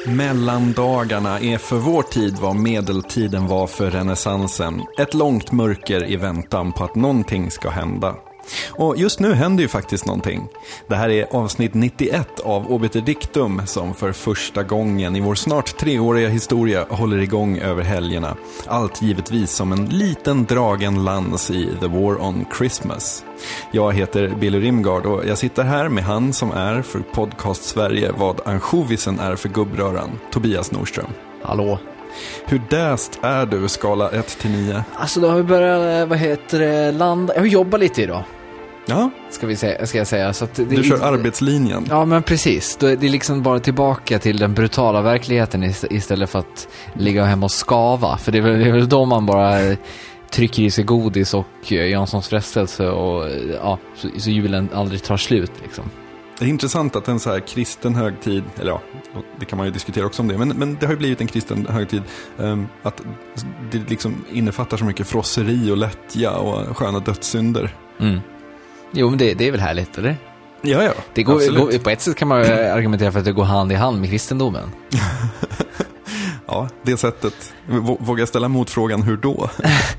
Mellandagarna är för vår tid vad medeltiden var för renässansen. Ett långt mörker i väntan på att någonting ska hända. Och just nu händer ju faktiskt någonting. Det här är avsnitt 91 av Obiter Dictum som för första gången i vår snart 3-åriga historia håller igång över helgerna. Allt givetvis som en liten dragen lans i The War on Christmas. Jag heter Billy Rimgard och jag sitter här med han som är för podcast Sverige vad ansjovisen är för gubbröran, Tobias Norström. Hallå. Hur däst är du skala 1-9? Alltså då har vi börjat, landa. Jag har jobbat lite idag. Ja. Ska jag säga. Så att du kör arbetslinjen. Ja, men precis. Det är liksom bara tillbaka till den brutala verkligheten istället för att ligga hemma och skava. För det är väl då man bara trycker i sig godis och Janssons frestelse och ja, så julen aldrig tar slut liksom. Det är intressant att en så här kristen högtid, eller ja, det kan man ju diskutera också om det, men det har ju blivit en kristen högtid, att det liksom innefattar så mycket frosseri och lättja och sköna dödssynder. Mm. Jo, men det är väl härligt, eller? Ja, det går, på ett sätt kan man argumentera för att det går hand i hand med kristendomen. Ja, det sättet. Vågar jag ställa motfrågan, hur då?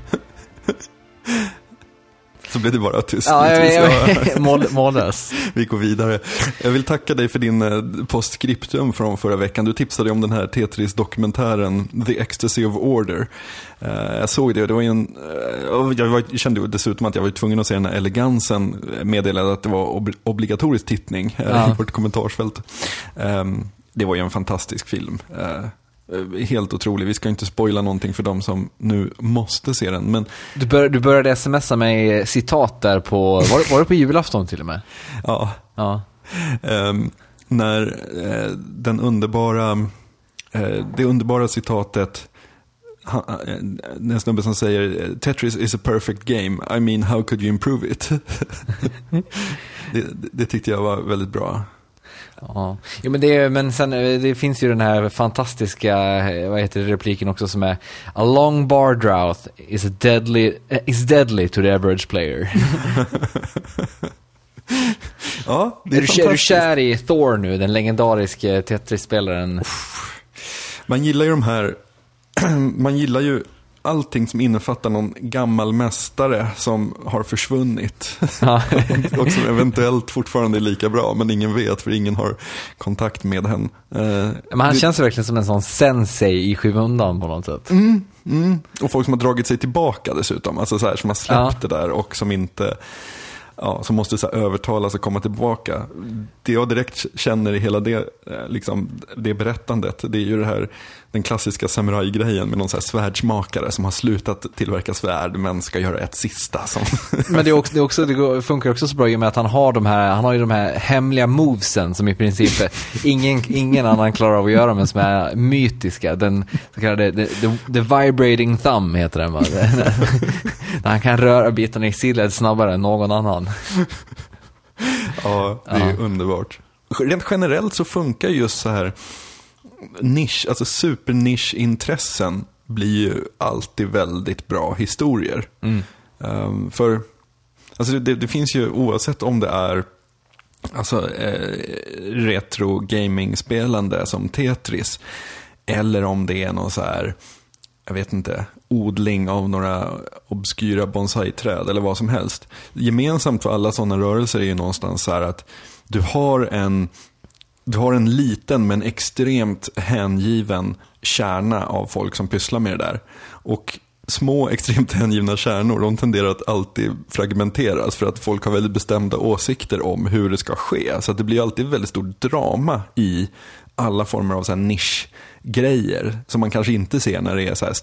Så blir det bara tyst. Ja, mållös. Vi går vidare. Jag vill tacka dig för din postscriptum från förra veckan. Du tipsade om den här Tetris-dokumentären The Ecstasy of Order. Jag såg det och det var en... Jag kände dessutom att jag var tvungen att se den här elegansen meddelade att det var obligatorisk tittning i vårt kommentarsfält. Det var ju en fantastisk film. Helt otrolig. Vi ska inte spoila någonting för dem som nu måste se den. Men du började smsa mig citat där på... Var det på julafton till och med? Ja. När det underbara citatet, den snubben som säger Tetris is a perfect game. I mean, how could you improve it? det tyckte jag var väldigt bra. Ja, jo, men sen det finns ju den här fantastiska repliken också som är a long bar drought is deadly to the average player. Ja, det är du kär i Thor nu, den legendariska Tetris-spelaren? Man gillar ju man gillar ju allting som innefattar någon gammal mästare som har försvunnit. Ja. Och som eventuellt fortfarande är lika bra, men ingen vet för ingen har kontakt med henne. Men han känns verkligen som en sån sensei i skymundan på något sätt. Och folk som har dragit sig tillbaka dessutom. Alltså så här, som har släppt det där och som inte... Ja, som måste så här övertalas och komma tillbaka. Det jag direkt känner i hela det, liksom, det berättandet, det är ju det här, den klassiska samurai-grejen med någon så här svärdsmakare som har slutat tillverka svärd men ska göra ett sista. Men det funkar också så bra i och med att han har ju de här hemliga movesen som i princip ingen annan klarar av att göra, men som är mytiska. Den så kallade the vibrating thumb heter den, va? När han kan röra bitarna i sillet snabbare än någon annan. Ja, det är underbart. Rent generellt så funkar just så här alltså supernischintressen blir ju alltid väldigt bra historier. För alltså det finns ju, oavsett om det är alltså retro gaming spelande som Tetris, eller om det är någon så här, jag vet inte, odling av några obskyra bonsai-träd eller vad som helst. Gemensamt för alla sådana rörelser är ju någonstans så här att du har en liten men extremt hängiven kärna av folk som pysslar med det där. Och små extremt hängivna kärnor, de tenderar att alltid fragmenteras för att folk har väldigt bestämda åsikter om hur det ska ske. Så att det blir alltid väldigt stort drama i alla former av så här nischgrejer som man kanske inte ser när det är så här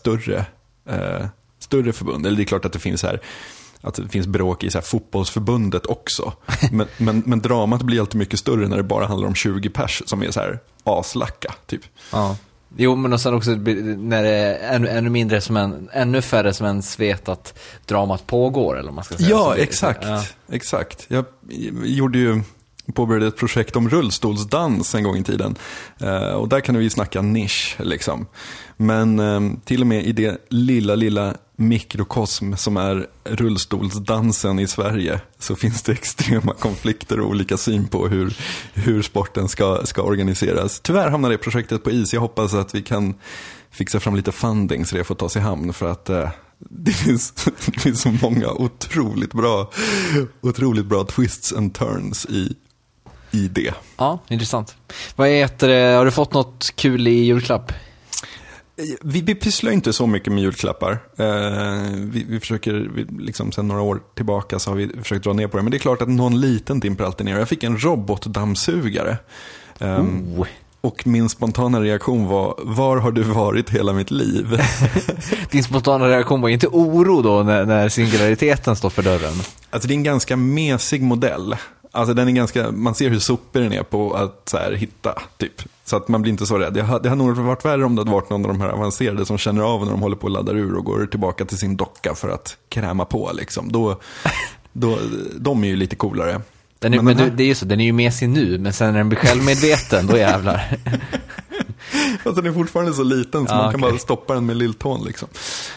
större förbund. Eller det är klart att det finns här, att det finns bråk i så här fotbollsförbundet också. Men dramat blir alltid mycket större när det bara handlar om 20 pers som är så här aslacka typ. Ja. Jo, men och sen också när det är ännu färre som ens vet att dramat pågår, eller man ska säga. Ja, exakt. Ja. Exakt. Jag gjorde ju påbörjade ett projekt om rullstolsdans en gång i tiden. Och där kan vi snacka nisch liksom. Men till och med i det lilla mikrokosm som är rullstolsdansen i Sverige så finns det extrema konflikter och olika syn på hur sporten ska organiseras. Tyvärr hamnar det projektet på is. Jag hoppas att vi kan fixa fram lite funding så det får tas i hamn, för att det finns så många otroligt bra twists and turns i det. Ja, intressant. Har du fått något kul i julklapp? Vi pysslar inte så mycket med julklappar. Vi försöker, liksom sedan några år tillbaka så har vi försökt dra ner på det. Men det är klart att någon liten dimper alltid ner. Jag fick en robotdammsugare. Och min spontana reaktion var har du varit hela mitt liv? Din spontana reaktion var inte oro då när singulariteten står för dörren? Alltså det är en ganska mesig modell. Alltså den är ganska, man ser hur sopor den är på att så här, hitta typ. Så att man blir inte så rädd. Det har nog varit värre om det hade varit någon av de här avancerade som känner av när de håller på och laddar ur och går tillbaka till sin docka för att kräma på liksom. Då de är ju lite coolare. Det är ju så, den är ju mesig nu, men sen när den blir självmedveten, då jävlar. Alltså den är fortfarande så liten så man kan bara stoppa den med lilltån liksom.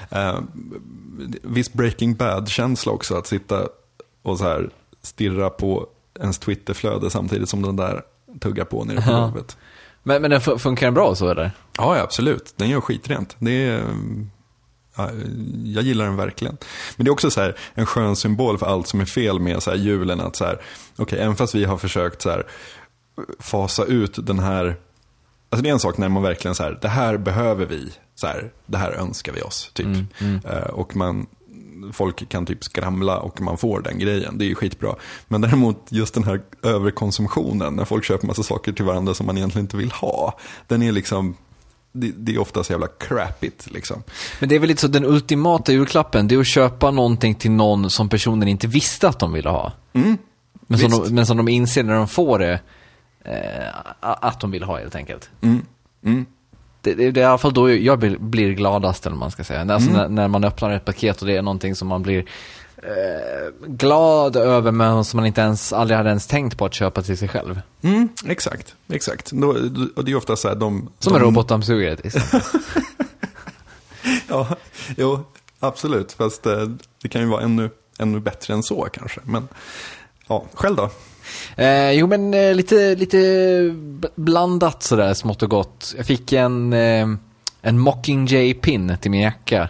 Viss Breaking Bad-känsla också, att sitta och så här stirra på ens Twitterflöde samtidigt som den där tuggar på nere på golvet. Men den funkar den bra så eller? Ja, absolut. Den gör skitrent. Jag gillar den verkligen. Men det är också så här en skön symbol för allt som är fel med så här julen, att så här, okej, även fast vi har försökt så här fasa ut den här, alltså det är en sak när man verkligen så här, det här behöver vi, så här, det här önskar vi oss typ. Och folk kan typ skramla och man får den grejen. Det är ju skitbra. Men däremot just den här överkonsumtionen, när folk köper massa saker till varandra som man egentligen inte vill ha, den är liksom, det är ofta så jävla crappigt liksom. Men det är väl lite så, den ultimata julklappen, det är att köpa någonting till någon som personen inte visste att de ville ha. Men som de inser när de får det att de vill ha, helt enkelt. Det är i alla fall då jag blir gladast, eller man ska säga. Alltså när man öppnar ett paket och det är någonting som man blir glad över, men som man inte aldrig hade ens tänkt på att köpa till sig själv. Exakt. Och det är ofta så här som en robotdammsugare. Ja, jo, absolut. Fast det kan ju vara ännu bättre än så kanske. Men ja, själv då? Jo, men lite blandat sådär, smått och gott. Jag fick en Mockingjay-pin till min jacka.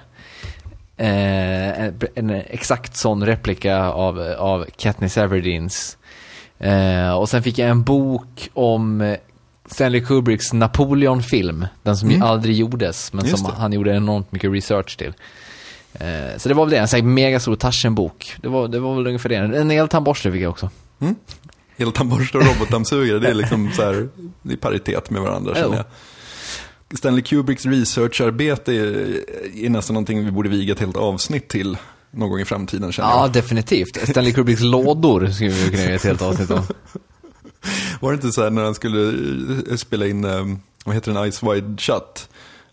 En exakt sån replika av Katniss Everdeen's. Och sen fick jag en bok om Stanley Kubricks Napoleon-film. Den som ju aldrig gjordes, men som han gjorde enormt mycket research till. Så det var väl det, en sån här megastor Taschen-bok. Det var väl ungefär det. En eltandborste fick jag också. Eltandborste och robotdammsugare, det är liksom så här, det är paritet med varandra, känner jag. Stanley Kubricks researcharbete är nästan någonting vi borde viga ett helt avsnitt till någon gång i framtiden, känner jag. Ja, definitivt. Stanley Kubricks lådor skulle vi kunna göra ett helt avsnitt om. Var det inte så här när han skulle spela in, vad heter den, Eyes Wide Shut?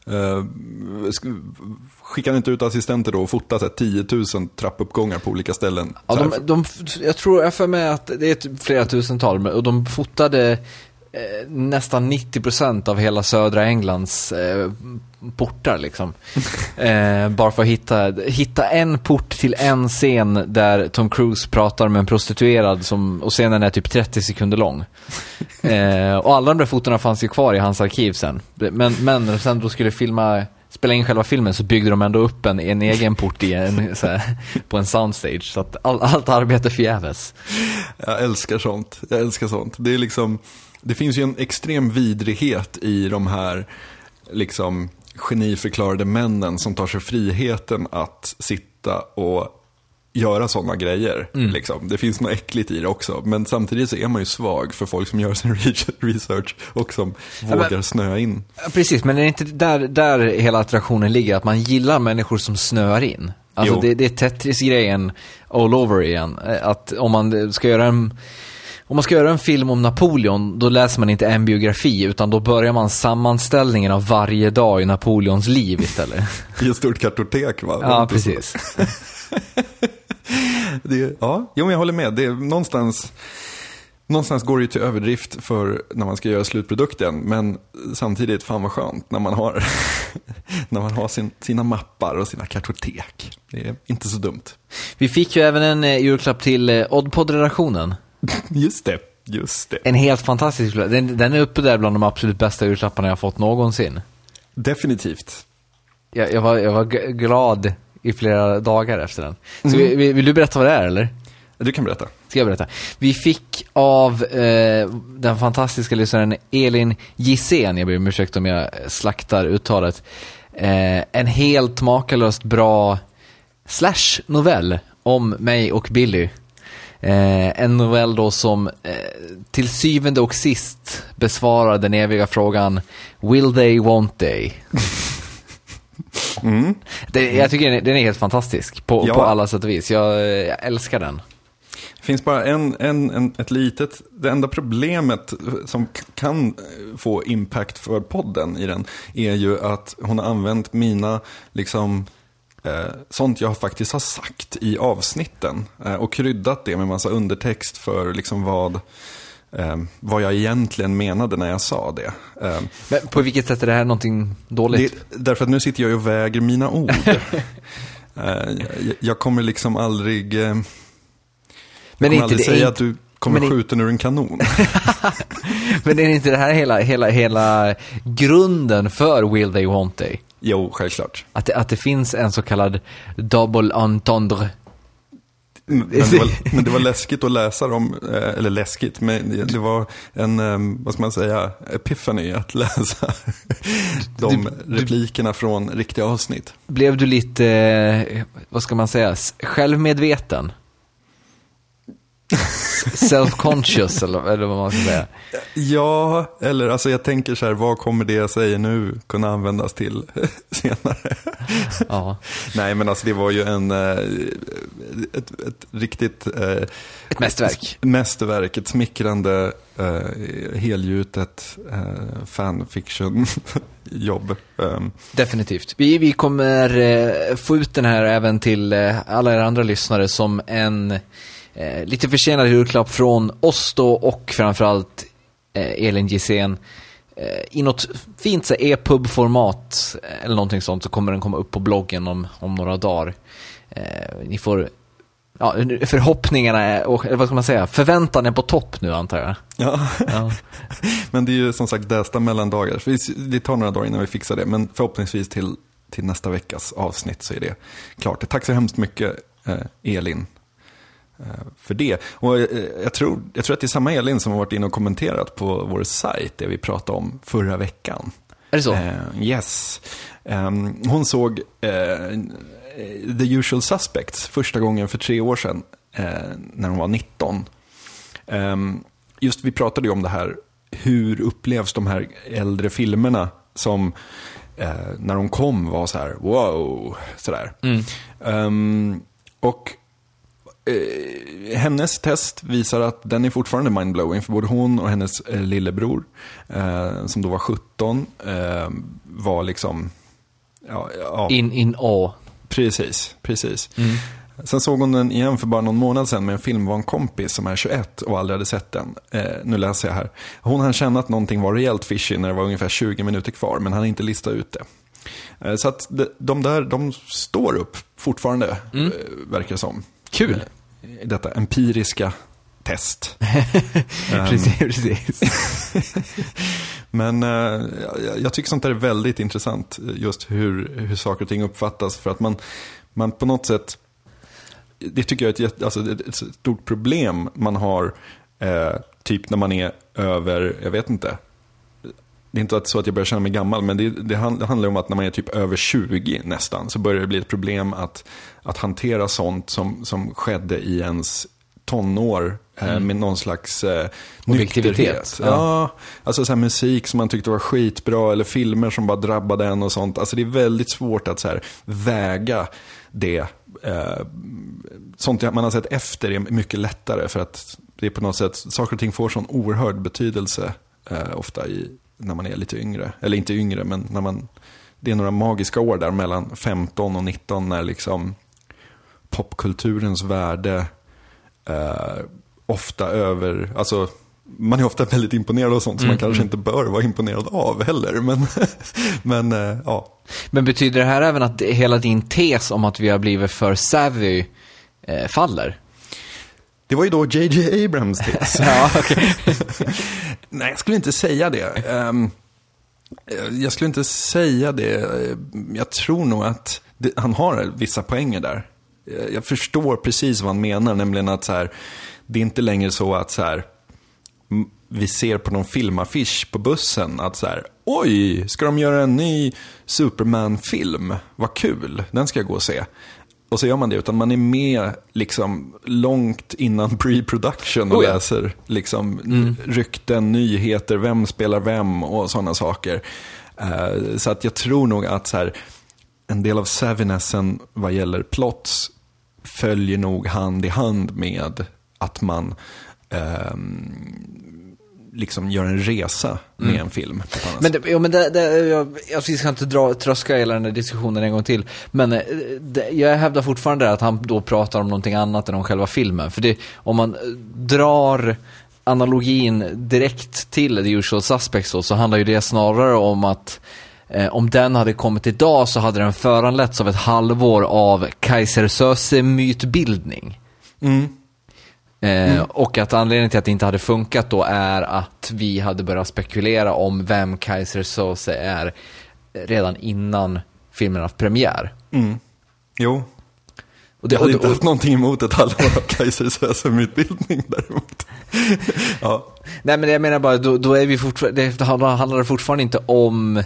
Skickar han inte ut assistenter då och fotar så här 10 000 trappuppgångar på olika ställen? Ja, jag tror för mig att det är flera tusental, och de fotade nästan 90% av hela södra Englands portar liksom. Bara för att hitta en port till en scen där Tom Cruise pratar med en prostituerad och scenen är typ 30 sekunder lång. Och alla de där fotorna fanns ju kvar i hans arkiv sen. Men sen då skulle spela in själva filmen, så byggde de ändå upp en egen port på en soundstage, så att allt arbete förgäves. Jag älskar sånt. Det är liksom, det finns ju en extrem vidrighet i de här liksom geniförklarade männen som tar sig friheten att sitta och göra sådana grejer. Liksom. Det finns något äckligt i det också. Men samtidigt så är man ju svag för folk som gör sin research och som vågar snöa in. Precis, men är det inte där hela attraktionen ligger? Att man gillar människor som snöar in. Alltså det är Tetris-grejen all over igen. Att om man ska göra en film om Napoleon, då läser man inte en biografi, utan då börjar man sammanställningen av varje dag i Napoleons liv istället. I ett stort kartotek, va? Ja, precis. Men jag håller med. Det är någonstans, någonstans går det ju till överdrift för när man ska göra slutprodukten, men samtidigt fan vad skönt när man har, när man har sina mappar och sina kartotek. Det är inte så dumt. Vi fick ju även en julklapp till Oddpod-redaktionen. Just det. En helt fantastisk julklapp. Den är uppe där bland de absolut bästa julklapparna jag fått någonsin. Definitivt. Jag var glad i flera dagar efter den. Så vill du berätta vad det är, eller? Du kan berätta. Ska jag berätta? Vi fick av den fantastiska lyssnaren Elin Gissén, jag ber om ursäkt om jag slaktar uttalet, en helt makalöst bra slash-novell om mig och Billy. En novell då som till syvende och sist besvarar den eviga frågan: will they, won't they? Jag tycker den är helt fantastisk på alla sätt och vis. Jag älskar den. Det finns bara ett litet, det enda problemet som kan få impact för podden i den är ju att hon har använt mina liksom sånt jag faktiskt har sagt i avsnitten och kryddat det med massa undertext för liksom vad jag egentligen menade när jag sa det. Men på vilket sätt är det här någonting dåligt? Därför att nu sitter jag och väger mina ord. Jag kommer liksom aldrig... Men kommer aldrig säga att du kommer skjuta ur en kanon. Men är inte det här hela grunden för will they, won't they? Jo, självklart. Att det finns en så kallad double entendre. Men det var läskigt att läsa dem, eller läskigt, men det var en, vad ska man säga, epiphany att läsa de replikerna från riktiga avsnitt. Blev du lite, vad ska man säga, självmedveten? Self-conscious eller vad man ska säga. Ja, eller alltså jag tänker så här, vad kommer det jag säger nu kunna användas till senare? Ja. Nej, men alltså det var ju ett riktigt ett mästerverk, ett smickrande helgjutet fanfiction jobb. Definitivt. Vi kommer få ut den här även till alla er andra lyssnare som en lite försenad julklapp från oss då, och framförallt Elin Gissén i något fint e-pub-format eller någonting sånt, så kommer den komma upp på bloggen om några dagar. Ni får förhoppningarna och vad ska man säga, förväntan är på topp nu, antar jag. Ja. Men det är ju som sagt dästa mellandagar. Det tar några dagar innan vi fixar det, men förhoppningsvis till nästa veckas avsnitt så är det klart. Tack så hemskt mycket Elin för det. Och jag tror att det är samma Elin som har varit inne och kommenterat på vår sajt, det vi pratade om förra veckan. Är det så? Yes. Hon såg The Usual Suspects första gången för 3 år sedan när hon var 19. Just vi pratade ju om det här, hur upplevs de här äldre filmerna som när de kom var så här wow, sådär. Och hennes test visar att den är fortfarande mindblowing för både hon och hennes lillebror som då var 17 var liksom in awe. Precis. Sen såg hon den igen för bara någon månad sedan med en filmvankompis som är 21 och aldrig hade sett den. Nu läser jag här. Hon hann känna att någonting var rejält fishy när det var ungefär 20 minuter kvar, men han inte listat ut det. Så att de står upp fortfarande, verkar det som. Kul. Detta empiriska test. Precis. Men jag tycker sånt där är väldigt intressant, just hur saker och ting uppfattas, för att man på något sätt, det tycker jag är ett stort problem man har typ när man är över, jag vet inte, det är inte så att jag börjar känna mig gammal, men det handlar om att när man är typ över 20 nästan, så börjar det bli ett problem att hantera sånt som skedde i ens tonår med någon slags objektivitet. Ja, alltså så här musik som man tyckte var skitbra, eller filmer som bara drabbade en och sånt. Alltså det är väldigt svårt att så här väga det. Sånt man har sett efter är mycket lättare, för att det är på något sätt, saker och ting får sån oerhörd betydelse ofta när man är lite yngre. Eller inte yngre, men när det är några magiska år där mellan 15 och 19 när liksom popkulturens värde ofta alltså man är ofta väldigt imponerad av sånt som man kanske inte bör vara imponerad av heller. Men ja. Men betyder det här även att hela din tes om att vi har blivit för savvy faller? Det var ju då J.J. Abrams tes. Ja, okay. Nej, jag skulle inte säga det. Jag tror nog att han har vissa poänger där. Jag förstår precis vad han menar, nämligen att så här, det är inte längre så att så här, vi ser på någon filmaffisch på bussen att så här, oj, ska de göra en ny Superman-film? Vad kul, den ska jag gå och se. Och så gör man det, utan man är med liksom långt innan pre-production och läser liksom rykten, nyheter, vem spelar vem och sådana saker. Så att jag tror nog att så här, en del av savinessen vad gäller plots följer nog hand i hand med att man liksom gör en resa med en film. Vi ska inte tröska hela den här diskussionen en gång till, men jag hävdar fortfarande att han då pratar om någonting annat än om själva filmen. För det, om man drar analogin direkt till The Usual Suspects så handlar ju det snarare om att om den hade kommit idag så hade den föranletts av ett halvår av Kaiser Söze mytbildning. Och att anledningen till att det inte hade funkat då är att vi hade börjat spekulera om vem Kaiser Söze är redan innan filmen haft premiär. Jo. Och jag hade inte haft någonting emot ett halvår av Kaiser Söze mytbildning däremot. Ja. Nej, men jag menar bara, då är vi fortfarande, det handlar fortfarande inte om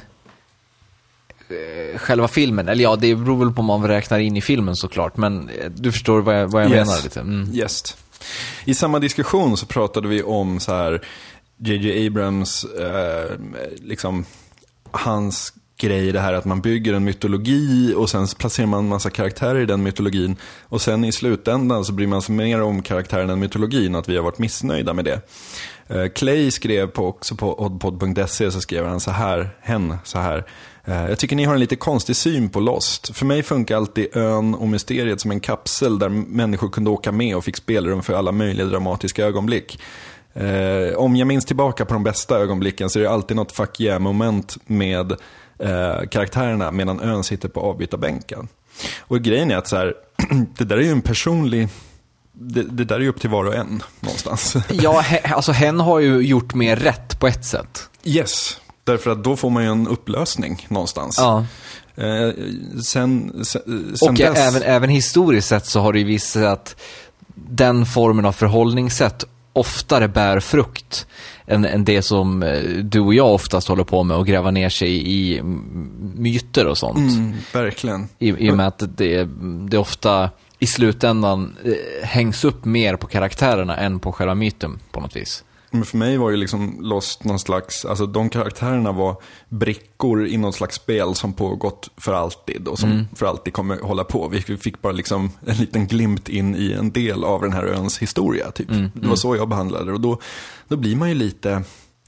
själva filmen. Eller ja, det beror väl på om man räknar in i filmen såklart. Men du förstår vad jag menar lite. Yes. I samma diskussion så pratade vi om så här J.J. Abrams liksom hans grej, det här att man bygger en mytologi och sen placerar man en massa karaktärer i den mytologin och sen i slutändan så bryr man sig mer om karaktären än mytologin, att vi har varit missnöjda med det. Clay skrev också på oddpod.se, så skrev han så här: jag tycker ni har en lite konstig syn på Lost. För mig funkar alltid ön och mysteriet som en kapsel där människor kunde åka med och fick spelrum för alla möjliga dramatiska ögonblick. Om jag minns tillbaka på de bästa ögonblicken så är det alltid något fuck yeah-moment med karaktärerna medan ön sitter på avbytarbänken. Och grejen är att så här, det där är ju en personlig... Det där är ju upp till var och en någonstans. Ja, alltså hen har ju gjort mer rätt på ett sätt. Yes, därför att då får man ju en upplösning någonstans. Ja. Sen och dess... även historiskt sett så har det ju visat att den formen av förhållningssätt oftare bär frukt än det som du och jag oftast håller på med och gräva ner sig i myter och sånt. Verkligen. I och med att det ofta i slutändan hängs upp mer på karaktärerna än på själva myten på något vis. Men för mig var ju liksom Lost någon slags, alltså de karaktärerna var brickor i någon slags spel som pågått för alltid och som för alltid kommer hålla på. Vi fick bara liksom en liten glimt in i en del av den här öns historia typ. Det var så jag behandlade det, och då blir man ju lite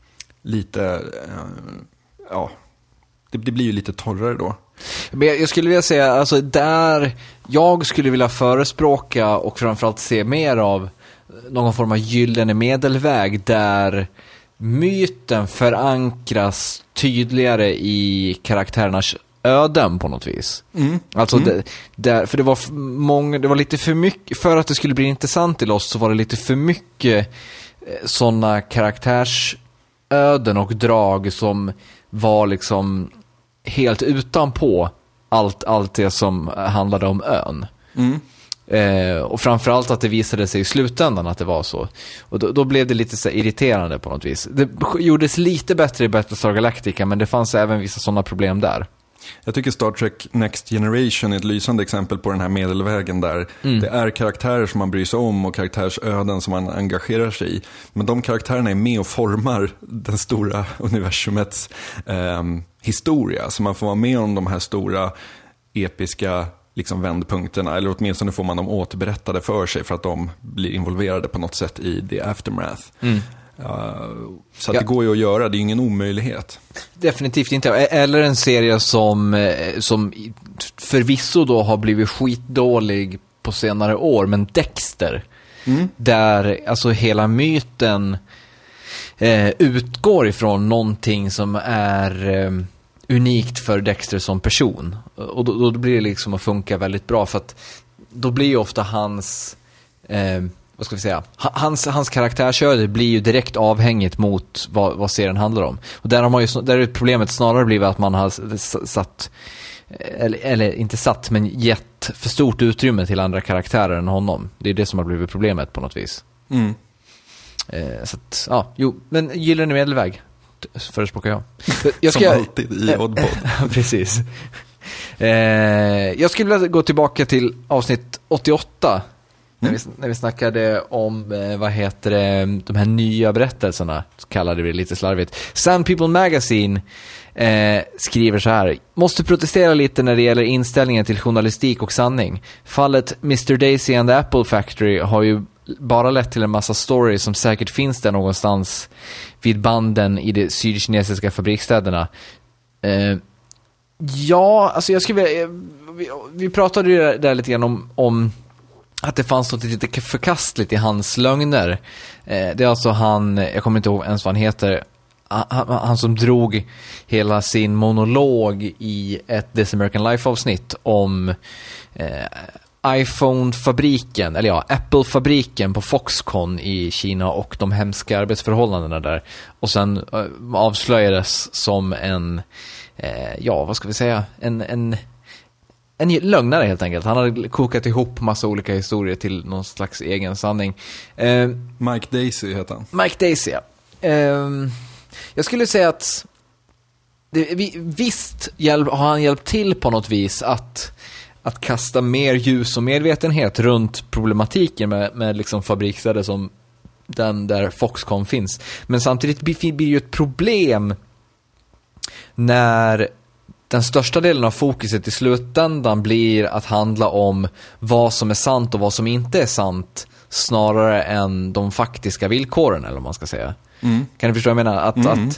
ja, det blir ju lite torrare då. Men jag skulle vilja säga, alltså där jag skulle vilja förespråka och framförallt se mer av någon form av gyllene medelväg där myten förankras tydligare i karaktärernas öden på något vis. Alltså för det var lite för mycket, för att det skulle bli intressant i Lost så var det lite för mycket sådana karaktärsöden och drag som var liksom helt utanpå allt det som handlade om ön. Och framförallt att det visade sig i slutändan att det var så. Och då blev det lite så irriterande på något vis. Det gjordes lite bättre i Battlestar Galactica, men det fanns även vissa sådana problem där. Jag tycker Star Trek Next Generation är ett lysande exempel på den här medelvägen där det är karaktärer som man bryr sig om och karaktärsöden som man engagerar sig i. Men de karaktärerna är med och formar den stora universumets historia. Så man får vara med om de här stora episka liksom vändpunkterna, eller åtminstone får man dem återberättade för sig för att de blir involverade på något sätt i the aftermath. Så att det går ju att göra, det är ingen omöjlighet. Definitivt inte. Eller en serie som förvisso då har blivit skitdålig på senare år, men Dexter Där alltså hela myten utgår ifrån någonting som är unikt för Dexter som person. Och då blir det liksom att funka väldigt bra, för att då blir ju ofta hans vad ska vi säga, hans karaktärsöde blir ju direkt avhängigt mot vad serien handlar om. Och där har man ju, där är problemet snarare blivit att man har satt eller inte satt, men gett för stort utrymme till andra karaktärer än honom. Det är det som har blivit problemet på något vis. Så att, ja, men gyllene medelväg förespråkar jag. Som alltid i Oddpod. Precis. Jag skulle vilja gå tillbaka till avsnitt 88 när vi snackade om de här nya berättelserna, kallade vi det lite slarvigt. Sand People Magazine skriver så här: måste protestera lite när det gäller inställningen till journalistik och sanning. Fallet Mr. Daisy and the Apple Factory har ju bara lett till en massa stories som säkert finns där någonstans vid banden i de sydkinesiska fabriksstäderna. Ja, alltså jag skulle vi pratade ju där lite grann om att det fanns något lite förkastligt i hans lögner. Det är alltså jag kommer inte ihåg ens vad han heter, han som drog hela sin monolog i ett This American Life-avsnitt om iPhone-fabriken, eller ja, Apple-fabriken på Foxconn i Kina och de hemska arbetsförhållandena där. Och sen avslöjades som en vad ska vi säga, en lögnare helt enkelt. Han hade kokat ihop massa olika historier till någon slags egen sanning. Mike Daisy heter han. Mike Daisy, ja. Jag skulle säga att visst har han hjälpt till på något vis att kasta mer ljus och medvetenhet runt problematiken med liksom fabriksstäder som den där Foxconn finns. Men samtidigt blir det ju ett problem när den största delen av fokuset i slutändan blir att handla om vad som är sant och vad som inte är sant, snarare än de faktiska villkoren, eller vad man ska säga. Kan du förstå vad jag menar?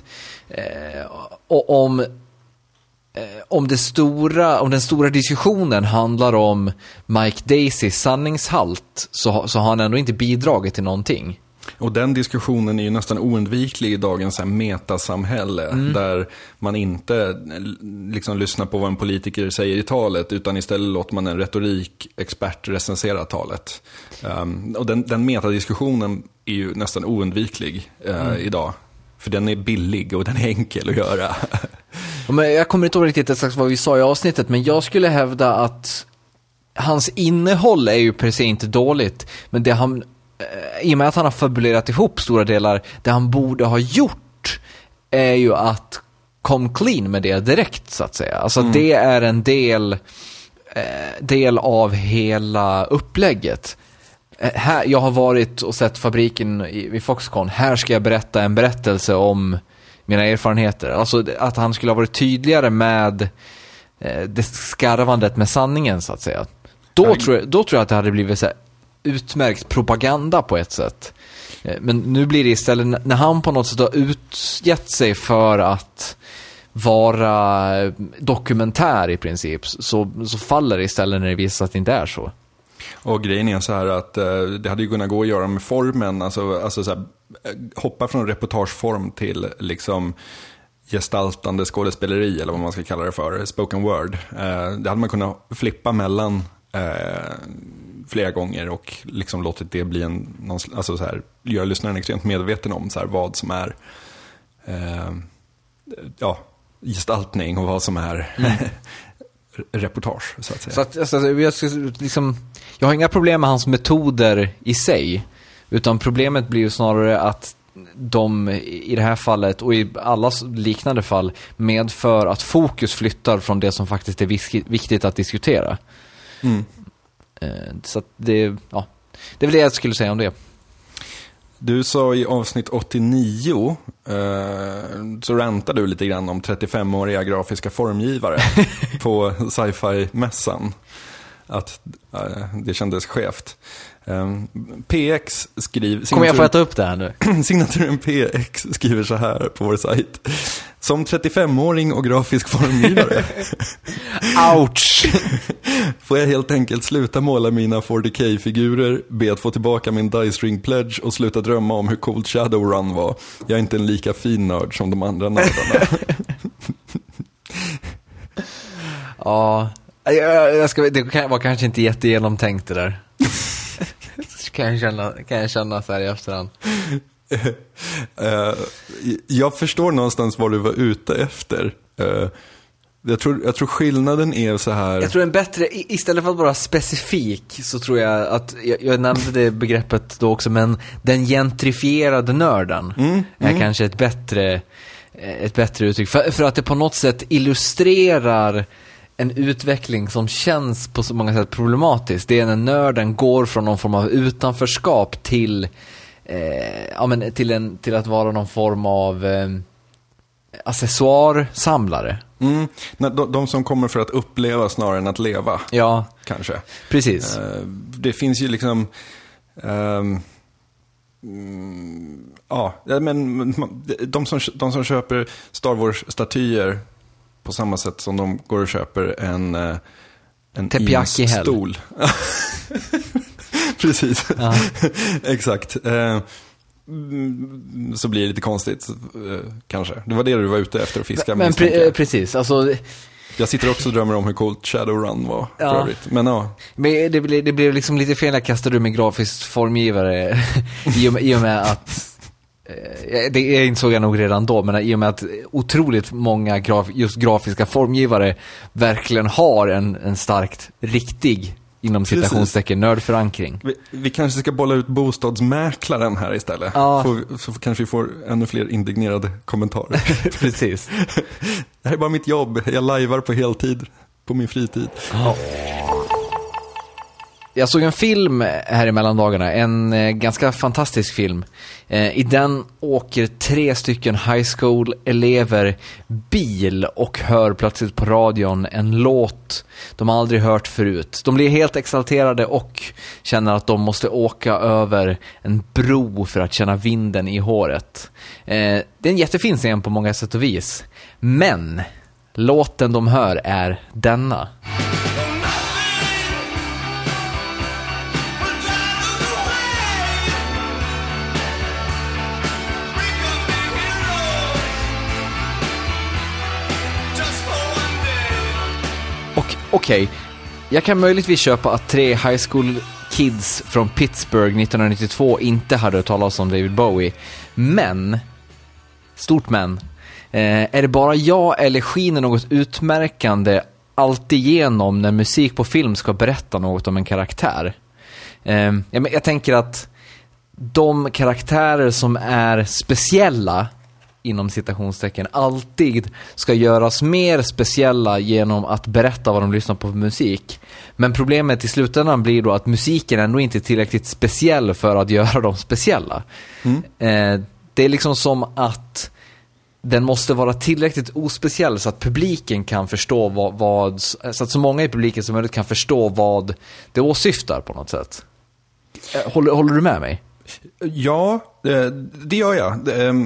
Om den stora diskussionen handlar om Mike Daisys sanningshalt, så har han ändå inte bidragit till någonting. Och den diskussionen är ju nästan oundviklig i dagens här metasamhälle, där man inte liksom lyssnar på vad en politiker säger i talet, utan istället låter man en retorikexpert recensera talet. Och den metadiskussionen är ju nästan oundviklig idag, för den är billig och den är enkel att göra. Men jag kommer inte ihåg riktigt exakt vad vi sa i avsnittet, men jag skulle hävda att hans innehåll är ju per se inte dåligt, men det han, i och med att han har fabulerat ihop stora delar, det han borde ha gjort är ju att kom clean med det direkt, så att säga. Alltså det är en del av hela upplägget. Här, jag har varit och sett fabriken vid Foxconn. Här ska jag berätta en berättelse om mina erfarenheter. Alltså att han skulle ha varit tydligare med det skarvandet med sanningen, så att säga. Då tror jag att det hade blivit så här utmärkt propaganda på ett sätt. Men nu blir det istället, när han på något sätt har utgett sig för att vara dokumentär i princip, så faller det istället när det visar att det inte är så. Och grejen är så här att det hade ju kunnat gå att göra med formen, alltså så här, hoppa från reportageform till liksom gestaltande skådespeleri, eller vad man ska kalla det för, spoken word. Det hade man kunnat flippa mellan flera gånger och liksom låtit det bli alltså så här, göra lyssnaren extremt medveten om så här, vad som är gestaltning och vad som är reportage, så att säga. Så att, jag har inga problem med hans metoder i sig, utan problemet blir ju snarare att de i det här fallet och i alla liknande fall medför att fokus flyttar från det som faktiskt är viktigt att diskutera. Så att det är väl det jag skulle säga om det. Du sa i avsnitt 89 så rantade du lite grann om 35-åriga grafiska formgivare på sci-fi-mässan. Att det kändes skevt. PX skriver... Kommer jag få äta upp det här nu? Signaturen PX skriver så här på vår sajt. Som 35-åring och grafisk formgivare Ouch! får jag helt enkelt sluta måla mina 40K-figurer, be att få tillbaka min Dice Ring Pledge och sluta drömma om hur coolt Shadowrun var. Jag är inte en lika fin nörd som de andra nördarna. Ja, det var kanske inte jättegenomtänkt det där. kan jag känna så här i efterhand. Jag förstår någonstans vad du var ute efter. Jag tror skillnaden är så här. Jag tror en bättre, istället för att vara specifik, så tror jag att, jag nämnde det begreppet då också, men den gentrifierade nörden är kanske ett bättre uttryck. För att det på något sätt illustrerar en utveckling som känns på så många sätt problematisk. Det är när nörden går från någon form av utanförskap till till att vara någon form av accessoarsamlare. De som kommer för att uppleva snarare än att leva. Ja, kanske. Precis. Det finns ju liksom men de som köper Star Wars-statyer på samma sätt som de går och köper en Teppanyaki-stol. Precis. Ja. Exakt. Så blir det lite konstigt kanske. Det var det du var ute efter att fiska. Men precis. Alltså, jag sitter också och drömmer om hur coolt Shadowrun var för övrigt. Men Men det blev liksom lite fel att kasta du med grafisk formgivare i och med att det insåg jag nog redan då, men i och med att otroligt många grafiska formgivare verkligen har en starkt riktig, inom citationstecken, nördförankring. Vi kanske ska bolla ut bostadsmäklaren här istället. Så kanske vi får ännu fler indignerade kommentarer. Precis. Det här är bara mitt jobb. Jag lajvar på heltid på min fritid. Jag såg en film här i mellandagarna, en ganska fantastisk film. I den åker 3 stycken high school-elever bil och hör plötsligt på radion en låt de aldrig hört förut. De blir helt exalterade och känner att de måste åka över en bro för att känna vinden i håret. Det är en jättefin scen på många sätt och vis. Men låten de hör är denna. Okej, jag kan möjligtvis köpa att 3 high school kids från Pittsburgh 1992 inte hade hört talas om David Bowie. Men, stort men, är det bara jag eller skiner något utmärkande alltid igenom när musik på film ska berätta något om en karaktär? Jag tänker att de karaktärer som är speciella inom citationstecken alltid ska göras mer speciella genom att berätta vad de lyssnar på för musik. Men problemet i slutändan blir då att musiken ändå inte är tillräckligt speciell för att göra dem speciella. Det är liksom som att den måste vara tillräckligt ospeciell så att publiken kan förstå så att så många i publiken som möjligt kan förstå vad det åsyftar på något sätt. Håller du med mig? Ja, det gör jag.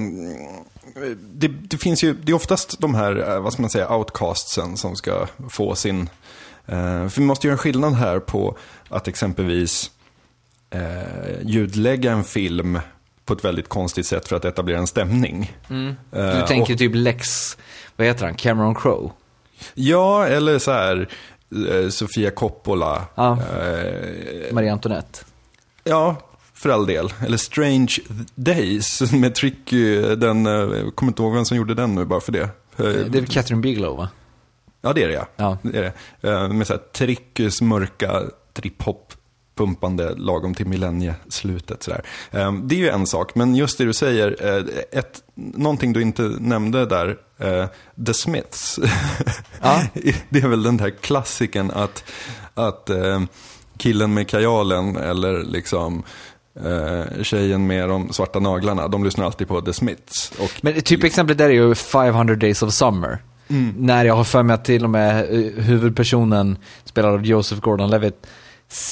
Det finns ju, det är oftast de här, vad ska man säga, outcastsen som ska få sin, för vi måste göra en skillnad här på att exempelvis ljudlägga en film på ett väldigt konstigt sätt för att etablera en stämning. Du tänker typ vad heter han? Cameron Crowe? Ja, eller så här Sofia Coppola. Marie Antoinette. Ja, för all del. Eller Strange Days med Tricky, kommer inte ihåg vem som gjorde den nu bara för det. Det är Catherine Bigelow, va? Ja, det är det, ja. Det är det. Med så här Trickys mörka trip-hop pumpande lagom till millennieslutet sådär. Det är ju en sak, men just det du säger, någonting du inte nämnde där, The Smiths. Det är väl den där klassiken att killen med kajalen eller liksom tjejen med de svarta naglarna, de lyssnar alltid på The Smiths. Men typ exemplet där är ju 500 Days of Summer. När jag har för mig att till och med huvudpersonen spelad av Joseph Gordon-Levitt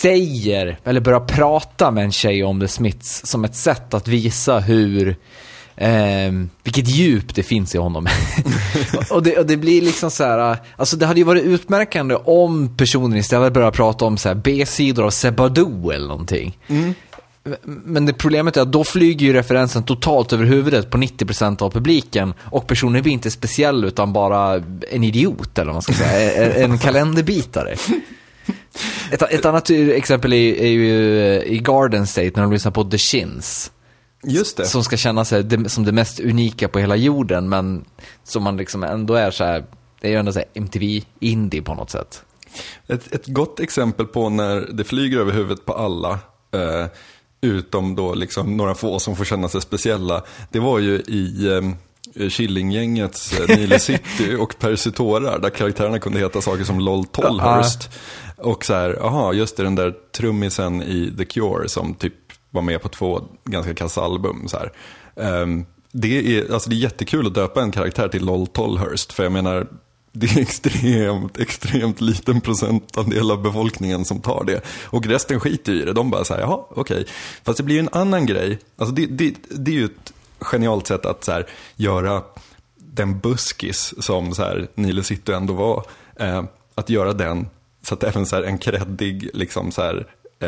säger eller börjar prata med en tjej om The Smiths som ett sätt att visa hur Vilket djup det finns i honom. och det blir liksom så här, alltså det hade ju varit utmärkande om personen istället började prata om så här B-sidor av Sebadou eller någonting. Men det problemet är att då flyger ju referensen totalt över huvudet på 90% av publiken, och personen blir inte speciell utan bara en idiot, eller vad man ska säga, en kalenderbitare. Ett annat exempel är ju i Garden State när de lyssnar på The Shins. Just det. Som ska känna sig som det mest unika på hela jorden, men som man liksom ändå är så här, det är ju ändå så här MTV-indie på något sätt. Ett gott exempel på när det flyger över huvudet på alla, utom då liksom några få som får känna sig speciella, det var ju i Killinggängets Nile City och Persitora, där karaktärerna kunde heta saker som Lol Tolhurst. Och så här, aha, just det, den där trummisen i The Cure som typ var med på 2 ganska kassa album så här. Det är jättekul att döpa en karaktär till Lol Tolhurst, för jag menar, det är extremt liten procentandel av befolkningen som tar det. Och resten skiter i det. De bara säger, jaha, okej. Fast det blir ju en annan grej. Alltså det är ju ett genialt sätt att så här, göra den buskis som så här, Nile City ändå var. Att göra den så att även så här, en kreddig liksom så här,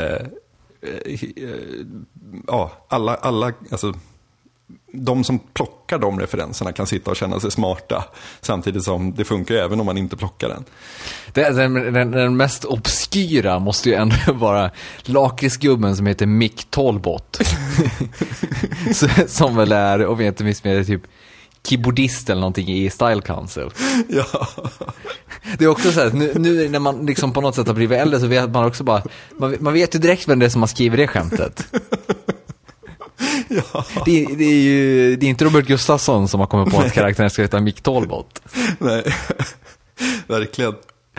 alla alltså de som plockar de referenserna kan sitta och känna sig smarta, samtidigt som det funkar även om man inte plockar den. Den mest obskyra måste ju ändå vara lakritsgubben som heter Mick Talbot. Som väl är, och vet inte minst med typ keyboardist eller någonting i Style Council. Ja. Det är också så här, nu när man liksom på något sätt har blivit äldre, så vet man också bara, man vet ju direkt vem det är som har skrivit det skämtet. Ja. Det är inte Robert Gustafsson som har kommit på att karaktären ska heta Mick Talbot. Nej, verkligen.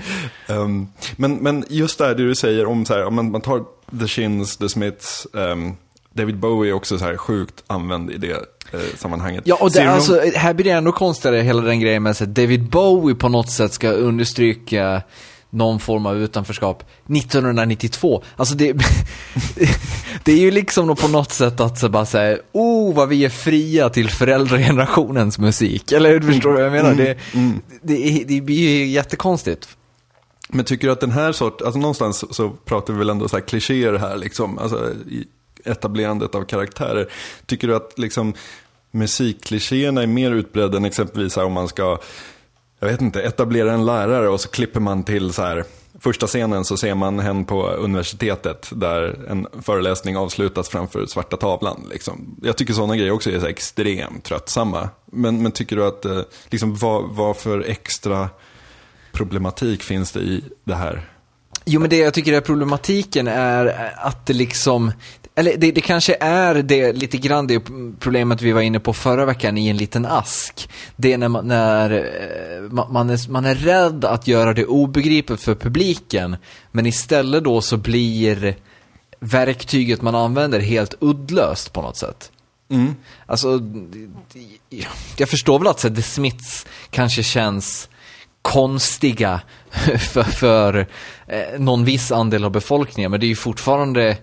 Men just det du säger om så här, om man tar The Shins, The Smiths, David Bowie är också så här sjukt använd i det sammanhanget. Ja, och här blir det ändå konstigare hela den grejen med att David Bowie på något sätt ska understryka någon form av utanförskap 1992. Alltså det är ju liksom på något sätt att så bara säga, vad vi är fria till föräldragenerationens musik. Eller hur, förstår du vad jag menar? Det blir ju jättekonstigt. Men tycker du att den här alltså någonstans så pratar vi väl ändå så här klichéer här liksom, alltså i etablerandet av karaktärer. Tycker du att liksom musikklichéerna är mer utbredda än exempelvis här, om man ska, jag vet inte, etablera en lärare och så klipper man till så här, första scenen så ser man henne på universitetet där en föreläsning avslutas framför svarta tavlan liksom. Jag tycker sådana grejer också är så extremt tröttsamma. Men tycker du att liksom, vad för extra problematik finns det i det här? Jo, men det jag tycker är problematiken är att det liksom, eller det kanske är det lite grann det problemet vi var inne på förra veckan i en liten ask. Det är när man är rädd att göra det obegripligt för publiken, men istället då så blir verktyget man använder helt uddlöst på något sätt. Alltså, jag förstår väl att The Smiths kanske känns konstiga för någon viss andel av befolkningen, men det är ju fortfarande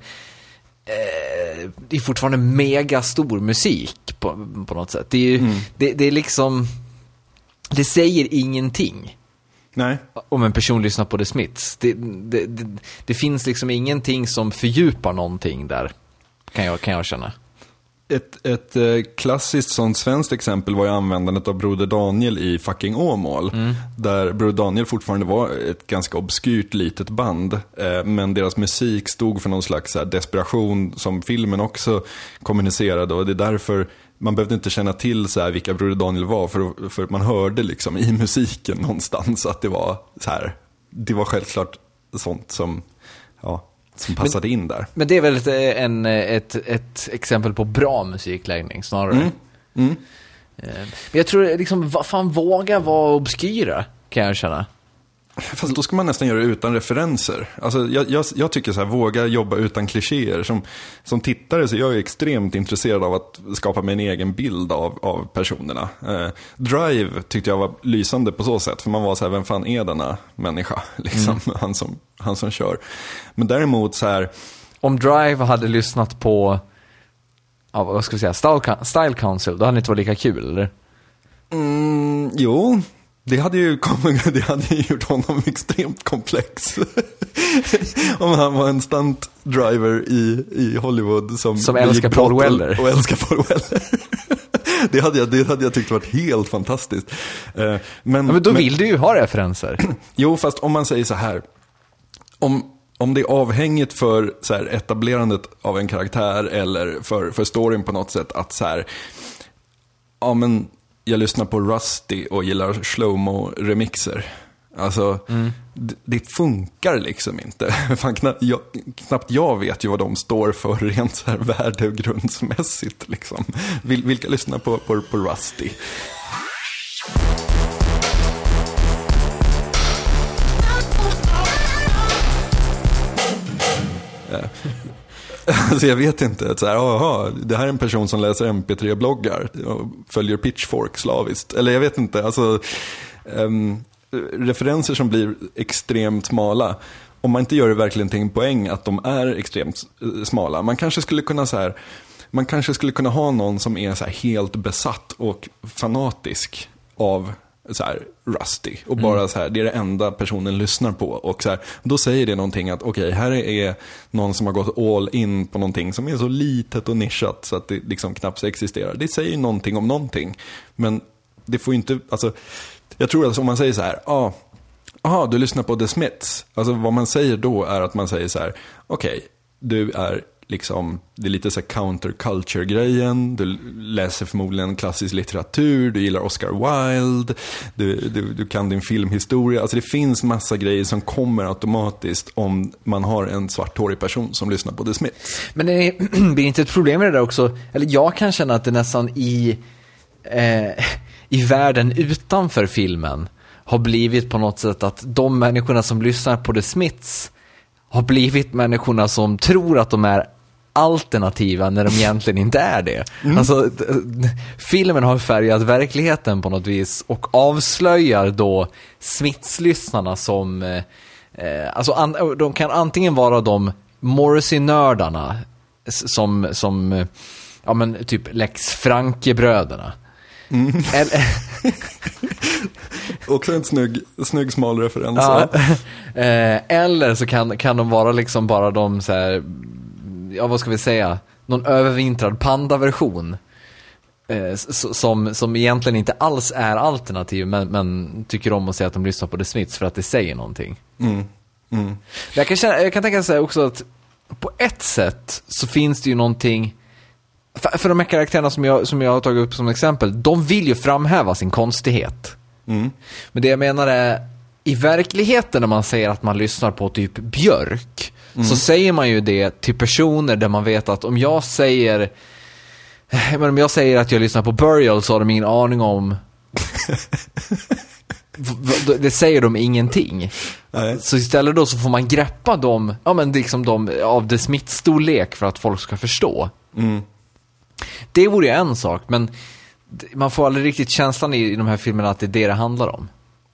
mega stor musik på något sätt. Det är ju, det är liksom, det säger ingenting. Nej. Om en person lyssnar på The Smiths. Det finns liksom ingenting som fördjupar någonting där, kan jag känna. Ett klassiskt sånt svenskt exempel var ju användandet av Broder Daniel i Fucking Åmål. Där Broder Daniel fortfarande var ett ganska obskyrt litet band, men deras musik stod för någon slags så här desperation som filmen också kommunicerade, och det är därför man behövde inte känna till så här vilka Broder Daniel var, för man hörde liksom i musiken någonstans att det var så här, det var självklart sånt som passade in där. Men det är väl ett exempel på bra musikläggning snarare. Men jag tror liksom, vad fan, våga vara obskyra, kan jag känna. Fast då ska man nästan göra det utan referenser. Alltså jag tycker så här, våga jobba utan klichéer. Som tittare så är jag extremt intresserad av att skapa mig en egen bild av personerna. Drive tyckte jag var lysande på så sätt, för man var så här, vem fan är denna människa liksom, han som kör. Men däremot så här, om Drive hade lyssnat på vad ska vi säga, Style Council, då hade det inte varit lika kul, eller? Jo, det hade ju gjort honom extremt komplex. Om han var en stunt driver i Hollywood som älskar Paul Weller. Och älskar Paul Weller. Det hade jag tyckt varit helt fantastiskt. Men då vill du ju ha referenser. Jo, fast om man säger så här. Om det är avhängigt för så här, etablerandet av en karaktär eller för storyn på något sätt att så här, ja men jag lyssnar på Rusty och gillar slowmo-remixer. Alltså, det funkar liksom inte. Fan, knappt jag vet ju vad de står för rent så här värdegrundsmässigt. Liksom. Vilka lyssnar på Rusty? Alltså jag vet inte, så här, det här är en person som läser MP3-bloggar och följer Pitchfork slaviskt. Eller jag vet inte, alltså referenser som blir extremt smala. Om man inte gör det verkligen till en poäng att de är extremt smala. Man kanske skulle kunna ha någon som är så här helt besatt och fanatisk av så här Rusty och bara så här, det är det enda personen lyssnar på och så här, då säger det någonting att okej, här är någon som har gått all in på någonting som är så litet och nischat så att det liksom knappt existerar. Det säger någonting om någonting, men det får ju inte, alltså jag tror att om man säger så här, du lyssnar på The Smiths, alltså vad man säger då är att man säger så här, okej, du är liksom, det är lite så här counterculture-grejen. Du läser förmodligen klassisk litteratur. Du gillar Oscar Wilde. Du kan din filmhistoria. Alltså det finns massa grejer som kommer automatiskt om man har en svarthårig person som lyssnar på The Smiths. Men det blir inte ett problem med det där också? Eller jag kan känna att det nästan i världen utanför filmen har blivit på något sätt att de människorna som lyssnar på The Smiths har blivit människorna som tror att de är alternativa när de egentligen inte är det. Alltså, filmen har färgat verkligheten på något vis och avslöjar då Smiths-lyssnarna som alltså de kan antingen vara de Morrissey-nördarna som ja men typ Lex Franke-bröderna. Också en snygg smal referens. Ja. Eller så kan de vara liksom bara de så här, ja vad ska vi säga, någon övervintrad panda-version som egentligen inte alls är alternativ men tycker om att säga att de lyssnar på The Smiths för att det säger någonting. Jag kan tänka sig också att på ett sätt så finns det ju någonting för de här karaktärerna som jag har tagit upp som exempel, de vill ju framhäva sin konstighet. Men det jag menar är, i verkligheten när man säger att man lyssnar på typ Björk, så säger man ju det till personer där man vet att om jag säger att jag lyssnar på Burial så har de ingen aning om det säger de ingenting. Nej. Så istället då så får man greppa dem, ja men liksom de av The Smith-storlek för att folk ska förstå. Det vore ju en sak, men man får aldrig riktigt känslan i de här filmerna att det är det handlar om.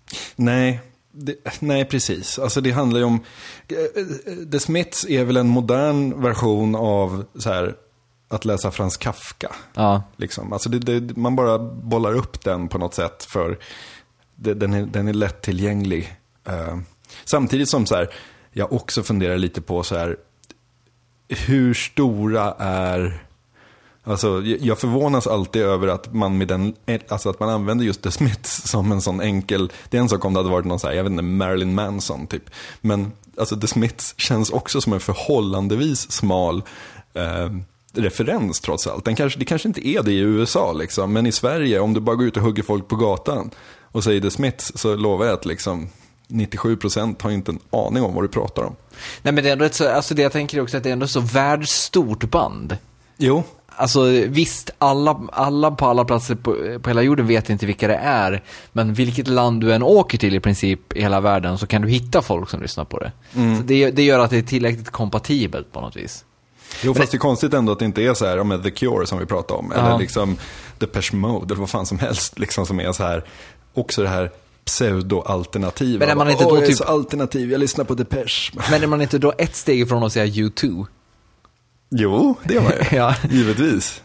Nej, precis. Alltså det handlar ju om The Smiths är väl en modern version av så här, att läsa Frans Kafka. Ja. Liksom. Alltså man bara bollar upp den på något sätt för den är lättillgänglig. Samtidigt som så här, jag också funderar lite på så här, hur stora är... Alltså, jag förvånas alltid över att man att man använder just The Smiths som en sån enkel... Det är en sak om det hade varit någon så här, jag vet inte, Marilyn Manson typ. Men alltså The Smiths känns också som en förhållandevis smal referens trots allt. Det kanske inte är det i USA liksom, men i Sverige, om du bara går ut och hugger folk på gatan och säger The Smiths, så lovar jag att liksom 97% har inte en aning om vad du pratar om. Nej, men det är ändå alltså det jag tänker också att det är ändå så världsstort band. Jo. Alltså visst, alla på alla platser på hela jorden vet inte vilka det är. Men vilket land du än åker till i princip i hela världen så kan du hitta folk som lyssnar på det. Så det gör att det är tillräckligt kompatibelt på något vis. Jo, fast det är konstigt ändå att det inte är så här med The Cure som vi pratade om. Eller liksom Depeche Mode eller vad fan som helst liksom, som är så här, också det här pseudo-alternativa. Men är man inte då typ alternativ, jag lyssnar på Depeche. Men är man inte då ett steg ifrån att säga U2? Jo, det var jag. Ja. Givetvis.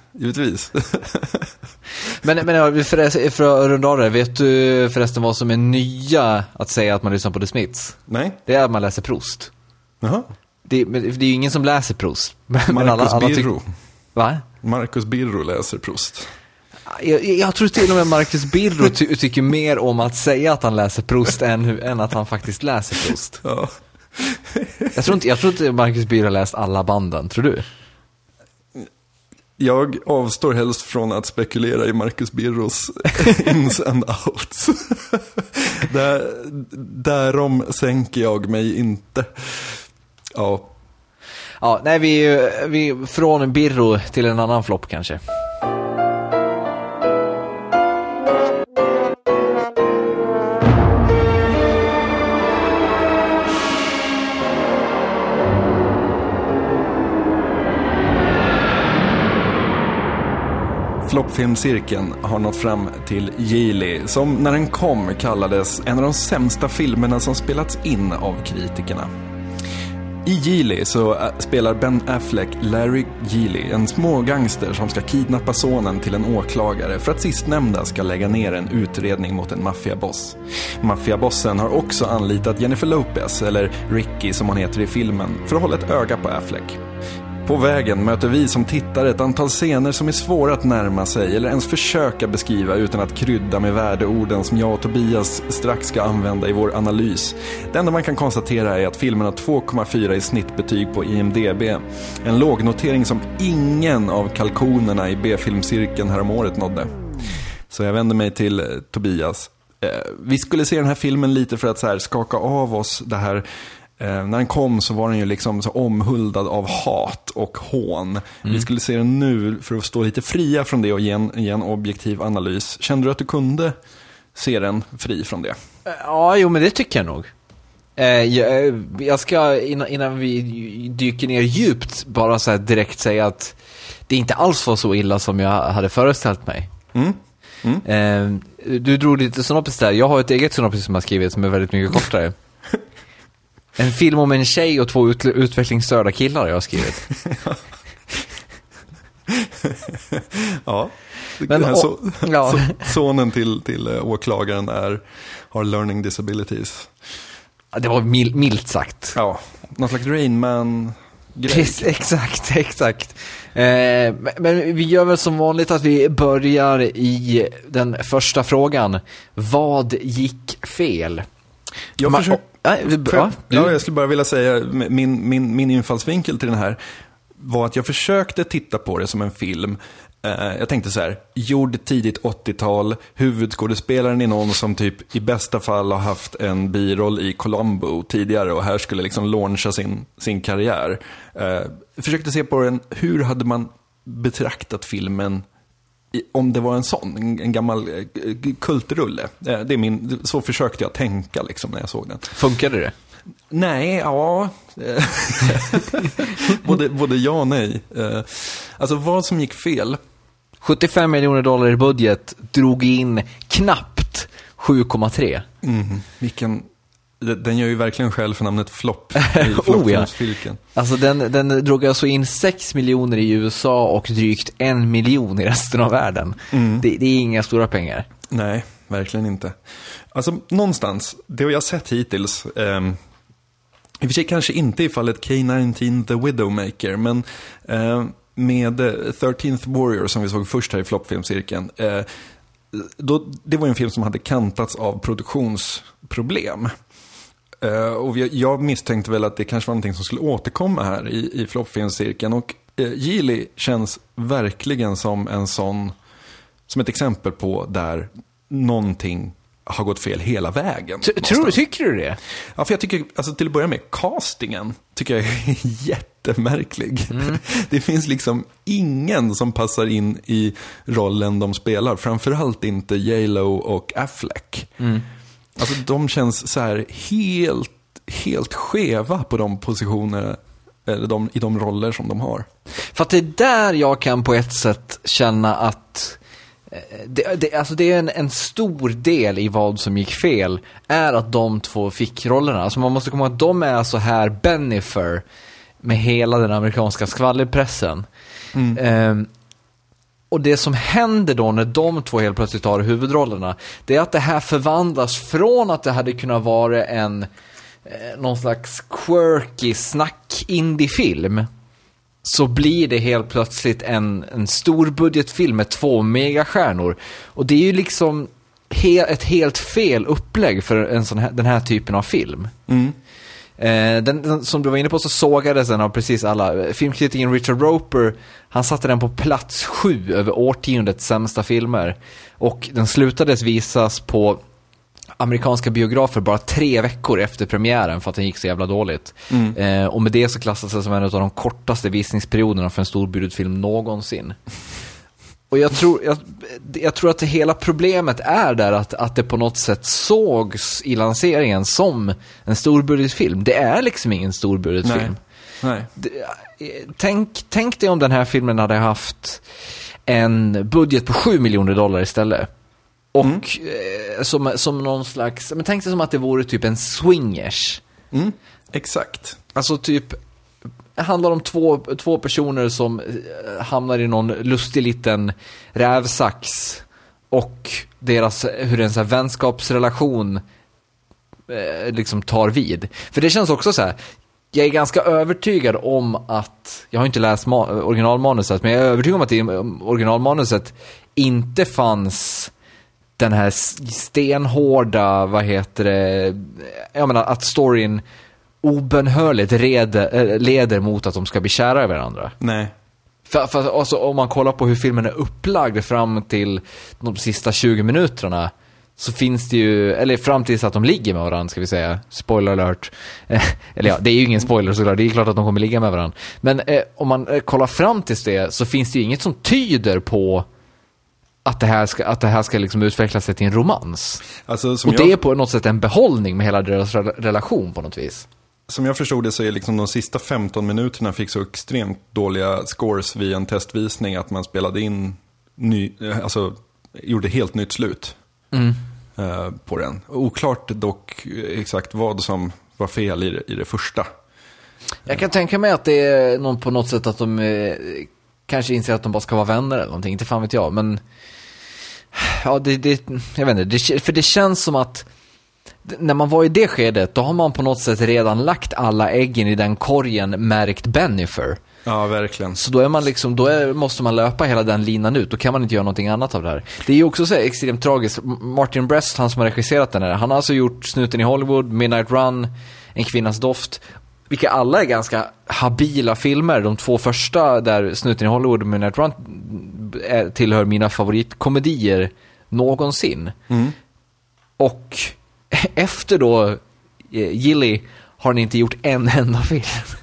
Men för att runda av det, vet du förresten vad som är nya att säga att man lyssnar på The Smiths? Nej. Det är att man läser Proust. Jaha. Det är ju ingen som läser Proust. Marcus Birro. Va? Marcus Birro läser Proust. Jag tror till och med Marcus Birro tycker mer om att säga att han läser Proust än att han faktiskt läser Proust. Ja. Jag tror inte Marcus Birro har läst alla banden, tror du? Jag avstår helst från att spekulera i Marcus Birros ins and outs. Därom sänker jag mig inte. Ja. Ja, nej, vi från Birro till en annan flopp kanske. Floppfilmscirkeln har nått fram till Geely, som när den kom kallades en av de sämsta filmerna som spelats in av kritikerna. I Geely så spelar Ben Affleck Larry Geely, en smågangster som ska kidnappa sonen till en åklagare för att sistnämnda ska lägga ner en utredning mot en maffiaboss. Maffiabossen har också anlitat Jennifer Lopez, eller Ricky som hon heter i filmen, för att hålla ett öga på Affleck. På vägen möter vi som tittar ett antal scener som är svåra att närma sig eller ens försöka beskriva utan att krydda med värdeorden som jag och Tobias strax ska använda i vår analys. Det enda man kan konstatera är att filmen har 2,4 i snittbetyg på IMDb. En lågnotering som ingen av kalkonerna i B-filmcirkeln häromåret nådde. Så jag vänder mig till Tobias. Vi skulle se den här filmen lite för att så här skaka av oss det här. När den kom så var den ju liksom så omhuldad av hat och hån. Vi skulle se den nu för att stå lite fria från det och ge en objektiv analys. Kände du att du kunde se den fri från det? Ja, jo, men det tycker jag nog. Jag ska innan vi dyker ner djupt bara så här direkt säga att det inte alls var så illa som jag hade föreställt mig. Du drog lite synopsis där. Jag har ett eget synopsis som jag skrivit som är väldigt mycket kortare. En film om en tjej och 2 utvecklingsstörda killar jag har skrivit. Ja. Men, sonen till åklagaren har learning disabilities. Det var milt sagt. Ja, någon slags Rain Man-grej. Exakt. Men vi gör väl som vanligt att vi börjar i den första frågan. Vad gick fel? Jag skulle bara vilja säga min infallsvinkel till den här var att jag försökte titta på det som en film. Jag tänkte så här, gjord tidigt 80-tal, huvudskådespelaren är någon som typ i bästa fall har haft en biroll i Columbo tidigare och här skulle liksom launcha sin karriär. Försökte se på den, hur hade man betraktat filmen om det var en sån, en gammal kultrulle. Så försökte jag tänka liksom när jag såg den. Funkade det? Nej, ja. både ja och nej. Alltså vad som gick fel. $75 miljoner i budget, drog in knappt 7,3. Den gör ju verkligen själv för namnet flopp i floppfilmsfilken. Alltså den drog alltså in 6 miljoner i USA och drygt 1 miljon i resten av världen. Det är inga stora pengar. Nej, verkligen inte. Alltså någonstans, det jag har sett hittills, i och för sig kanske inte i fallet K-19 The Widowmaker, men med 13th Warrior som vi såg först här i floppfilmscirkeln, det var en film som hade kantats av produktionsproblem. Och jag misstänkte väl att det kanske var någonting som skulle återkomma här i floppfilmscirkeln. Och Geely känns verkligen som ett exempel på där någonting har gått fel hela vägen. Tycker du det? Ja, för jag tycker, alltså till att börja med, castingen tycker jag är jättemärklig. Det finns liksom ingen som passar in i rollen de spelar. Framförallt inte J-Lo och Affleck. Alltså de känns så här helt skeva på de positioner eller i de roller som de har. För att det är där jag kan på ett sätt känna att det är en stor del i vad som gick fel är att de två fick rollerna. Alltså man måste komma ihåg att de är så här Bennifer med hela den amerikanska skvallerpressen. Och det som händer då när de två helt plötsligt har huvudrollerna, det är att det här förvandlas från att det hade kunnat vara någon slags quirky snack-indie-film, så blir det helt plötsligt en storbudgetfilm med 2 megastjärnor. Och det är ju liksom ett helt fel upplägg för den här typen av film. Den, som du var inne på, så sågades den av precis alla. Filmkritiken Richard Roper, han satte den på plats 7 över årtiondets sämsta filmer. Och den slutades visas på amerikanska biografer bara 3 veckor efter premiären för att den gick så jävla dåligt. Och med det så klassas det som en av de kortaste visningsperioderna för en storbudgetfilm någonsin. Och jag tror att det hela problemet är där att det på något sätt sågs i lanseringen som en storbudgetfilm. Det är liksom ingen storbudgetfilm. Nej. Tänk dig om den här filmen hade haft en budget på $7 miljoner istället. Och som någon slags, men tänk dig som att det vore typ en swingers. Exakt. Alltså typ, det handlar om två personer som hamnar i någon lustig liten rävsax, och hur en så här vänskapsrelation liksom tar vid. För det känns också så här, jag är ganska övertygad om att, jag har inte läst originalmanuset, men jag är övertygad om att i originalmanuset inte fanns den här stenhårda, jag menar att storyn obönhörligt leder mot att de ska bli kära i varandra. Nej. För alltså, om man kollar på hur filmen är upplagd fram till de sista 20 minuterna, så finns det ju, eller fram tills att de ligger med varandra, ska vi säga, spoiler alert. Eller ja, det är ju ingen spoiler såklart, det är klart att de kommer ligga med varandra. Men om man kollar fram tills det, så finns det ju inget som tyder på att det här ska liksom utveckla sig till en romans. Alltså, och det är på något sätt en behållning med hela deras relation på något vis. Som jag förstod det så är liksom de sista 15 minuterna fick så extremt dåliga scores via en testvisning att man spelade in gjorde helt nytt slut på den. Oklart dock exakt vad som var fel i det första. Jag kan tänka mig att det är på något sätt att de kanske inser att de bara ska vara vänner eller någonting, inte fan vet jag, men ja, jag vet inte, för det känns som att när man var i det skedet, då har man på något sätt redan lagt alla äggen i den korgen märkt Bennifer. Ja, verkligen. Så då är man liksom, måste man löpa hela den linan ut. Då kan man inte göra någonting annat av det här. Det är ju också så extremt tragiskt. Martin Brest, han som har regisserat den här, han har alltså gjort Snuten i Hollywood, Midnight Run, En kvinnas doft, vilka alla är ganska habila filmer. De 2 första, där Snuten i Hollywood och Midnight Run tillhör mina favoritkomedier någonsin. Och efter då Gilly har ni inte gjort en enda film.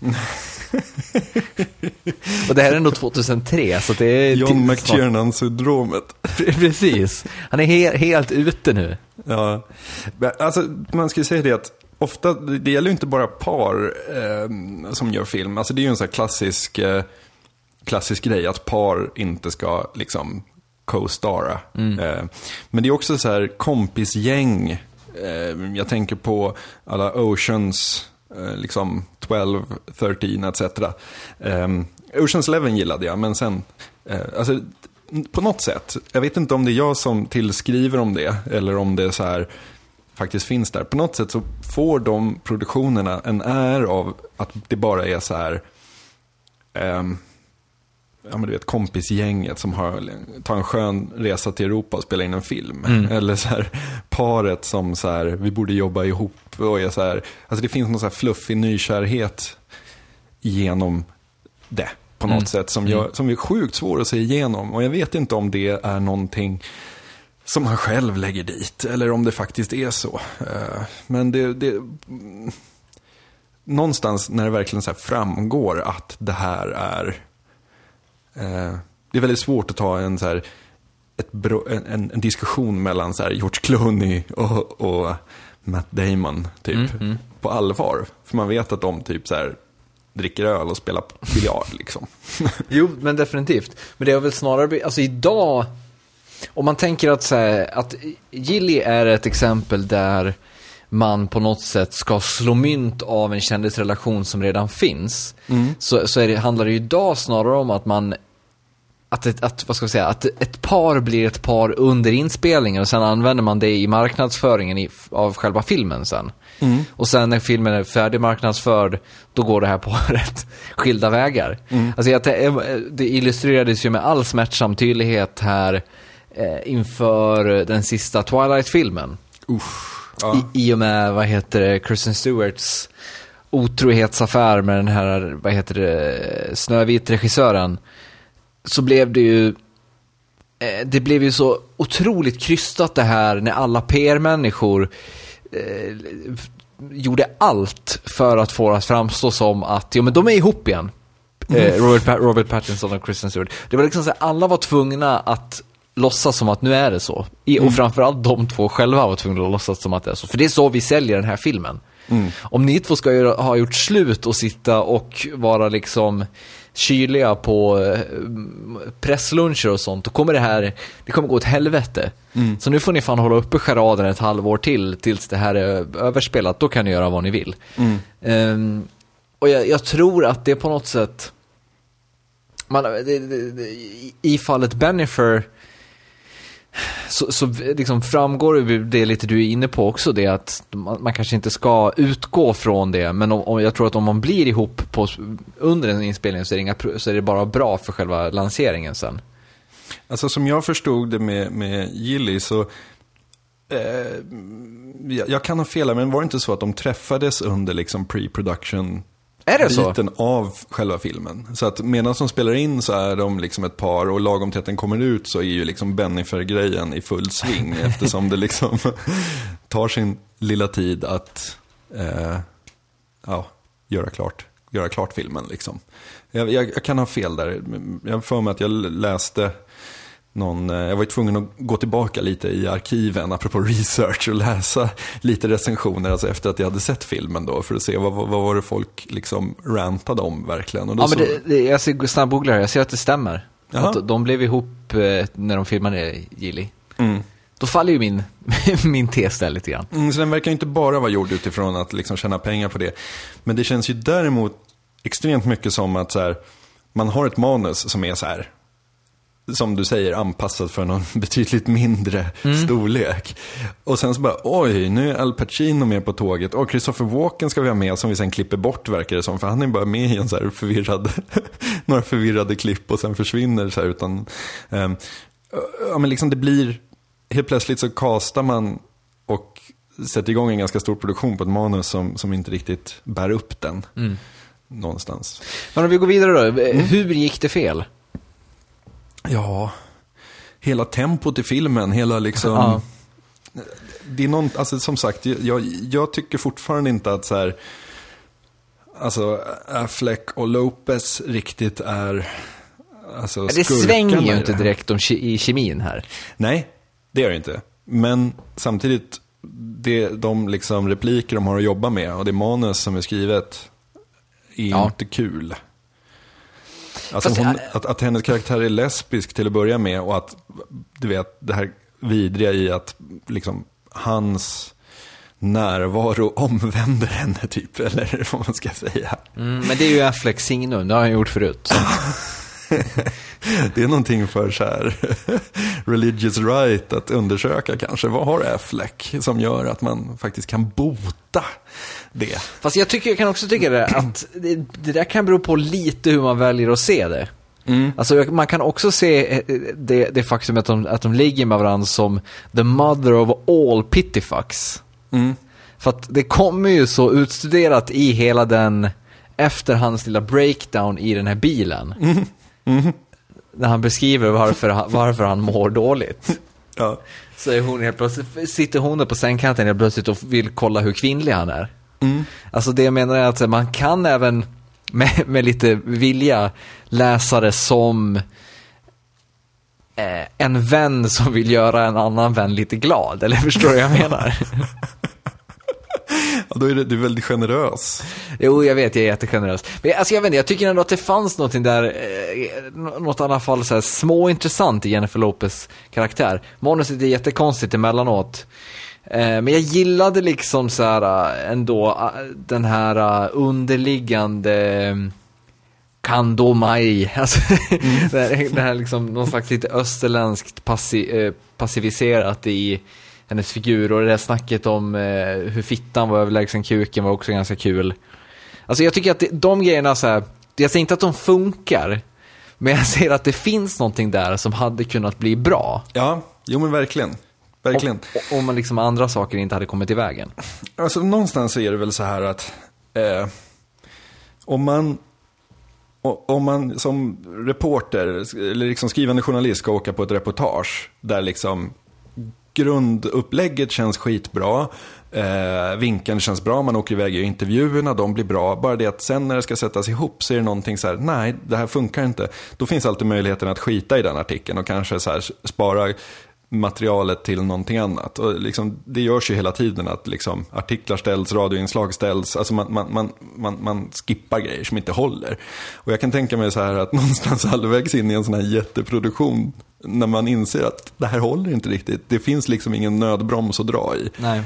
Och det här är ändå 2003, så det är John McTiernan-syndromet. Precis. Han är helt ute nu. Ja. Alltså, man ska ju säga det att ofta, det gäller ju inte bara par som gör film. Alltså det är ju en sån här klassisk grej att par inte ska liksom co-stara. Men det är också så här kompisgäng. Jag tänker på alla Oceans, liksom 12, 13 etc. Oceans 11 gillade jag, men sen alltså, på något sätt, jag vet inte om det är jag som tillskriver om det eller om det är så här faktiskt finns där. På något sätt så får de produktionerna en är av att det bara är så här ja, men du vet, kompisgänget som tar en skön resa till Europa och spelar in en film. Eller så här, paret som så här, vi borde jobba ihop och är så här, alltså det finns någon så här fluffig nykärhet genom det på något sätt som är sjukt svår att se igenom. Och jag vet inte om det är någonting som han själv lägger dit eller om det faktiskt är så. Men det någonstans när det verkligen så här framgår att det här är det är väldigt svårt att ta en så här en diskussion mellan så här George Clooney och Matt Damon typ på allvar, för man vet att de typ så här dricker öl och spelar biljard liksom. Jo, men definitivt. Men det är väl snarare, alltså idag, om man tänker att så här, att Gilly är ett exempel där man på något sätt ska slå mynt av en kändisrelation som redan finns, så handlar det ju idag snarare om att man att ett par blir ett par under inspelningen och sen använder man det i marknadsföringen av själva filmen sen. Och sen när filmen är färdig marknadsförd, då går det här på rätt skilda vägar. Alltså det illustrerades ju med all smärtsam tydlighet här inför den sista Twilight-filmen. Ja. I och med, Kristen Stewarts otrohetsaffär med den här, Snövit-regissören, så blev det blev ju så otroligt krystat det här när alla PR-människor gjorde allt för att få att framstå som att men de är ihop igen. Robert Pattinson och Kristen Stewart. Det var liksom så att alla var tvungna att låtsas som att nu är det så. Och framförallt de två själva var tvungna att låtsas som att det är så. För det är så vi säljer den här filmen. Om ni två ska ha gjort slut och sitta och vara liksom kyliga på pressluncher och sånt, då kommer det kommer gå åt helvete. Så nu får ni fan hålla uppe charaden ett halvår tills det här är överspelat. Då kan ni göra vad ni vill. Och jag tror att det på något sätt i fallet Bennifer så liksom framgår det lite du är inne på också, det att man kanske inte ska utgå från det, men jag tror att om man blir ihop under en inspelning så är det bara bra för själva lanseringen sen. Alltså som jag förstod det med Gilly så jag kan ha fel, men var det inte så att de träffades under liksom pre-production biten av själva filmen? Så att medan de spelar in så är de liksom ett par, och lagom till att den kommer ut så är ju liksom Bennifer-grejen i full sving eftersom det liksom tar sin lilla tid att göra klart filmen liksom. Jag kan ha fel där. Jag får mig att jag läste jag var ju tvungen att gå tillbaka lite i arkiven apropå research och läsa lite recensioner, alltså efter att jag hade sett filmen då, för att se vad var det folk liksom rantade om verkligen. Och då men jag ser snabbgooglar, jag ser att det stämmer. Att de blev ihop när de filmade Gilly. Då faller ju min tes där lite grann. Så den verkar ju inte bara vara gjord utifrån att liksom tjäna pengar på det. Men det känns ju däremot extremt mycket som att så här, man har ett manus som är så här, som du säger, anpassad för någon betydligt mindre storlek. Och sen så bara, oj, nu är Al Pacino med på tåget. Och Christopher Walken ska vi ha med, som vi sen klipper bort, verkar det som. För han är bara med i en så här några förvirrade klipp och sen försvinner så här utan... men liksom det blir... Helt plötsligt så kastar man och sätter igång en ganska stor produktion på ett manus som inte riktigt bär upp den någonstans. Men om vi går vidare då, hur gick det fel? Ja, hela tempot i filmen, hela liksom... Det är någon, alltså som sagt, jag tycker fortfarande inte att så här, alltså Affleck och Lopez riktigt är, alltså, det svänger ju inte direkt i kemin här. Nej, det gör det inte. Men samtidigt, de liksom repliker de har att jobba med och det manus som är skrivet är inte kul. Alltså att hennes karaktär är lesbisk till att börja med, och att du vet det här vidriga i att liksom hans närvaro omvänder henne typ, eller vad man ska säga. Men det är ju Affleck signum, det har han gjort förut. Det är någonting för så här religious right att undersöka kanske. Vad har Affleck som gör att man faktiskt kan bota det? Fast jag kan också tycka det, att det där kan bero på lite hur man väljer att se det. Alltså man kan också se det faktum att de ligger med varandra som the mother of all pityfucks. För att det kommer ju så utstuderat i hela den, efter hans lilla breakdown i den här bilen. När han beskriver varför han mår dåligt. Ja. Så är hon helt plötsligt, sitter hon där på sängkanten helt plötsligt och vill kolla hur kvinnlig han är. Alltså det jag menar är att man kan även med lite vilja läsa det som en vän som vill göra en annan vän lite glad. Eller förstår du vad jag menar? Ja, då är du väldigt generös. Jo, jag vet, jag är jättegenerös. Men alltså, jag tycker ändå att det fanns någonting där, något i alla fall så här småintressant i Jennifer Lopez karaktär. Manuset är jättekonstigt emellanåt. Men jag gillade liksom så här ändå den här underliggande Kandomai, alltså det här liksom någon slags lite österländskt passiviserat i hennes figur, och det där snacket om hur fittan var överlägsen kuken var också ganska kul. Alltså jag tycker att de grejerna så här, jag säger inte att de funkar, men jag ser att det finns någonting där som hade kunnat bli bra. Ja, jo men verkligen. Verkligen. Om man liksom andra saker inte hade kommit i vägen. Alltså någonstans så är det väl så här att om man som reporter eller liksom skrivande journalist ska åka på ett reportage där liksom grundupplägget känns skitbra, vinkeln känns bra, man åker iväg i intervjuerna, de blir bra, bara det att sen när det ska sättas ihop så är det någonting så här, nej, det här funkar inte. Då finns alltid möjligheten att skita i den artikeln och kanske så här spara materialet till någonting annat. Och liksom, det görs ju hela tiden att liksom, artiklar ställs, radioinslag ställs, alltså man skippar grejer som inte håller. Och jag kan tänka mig så här att någonstans halvvägs in i en sån här jätteproduktion, när man inser att det här håller inte riktigt, det finns liksom ingen nödbroms att dra i. Nej.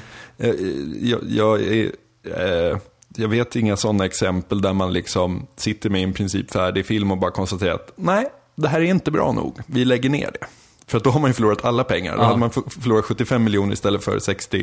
Jag vet inga sådana exempel där man liksom sitter med en princip färdig film och bara konstaterar att nej, det här är inte bra nog, vi lägger ner det. För att då har man ju förlorat alla pengar. Då hade man förlorat 75 miljoner istället för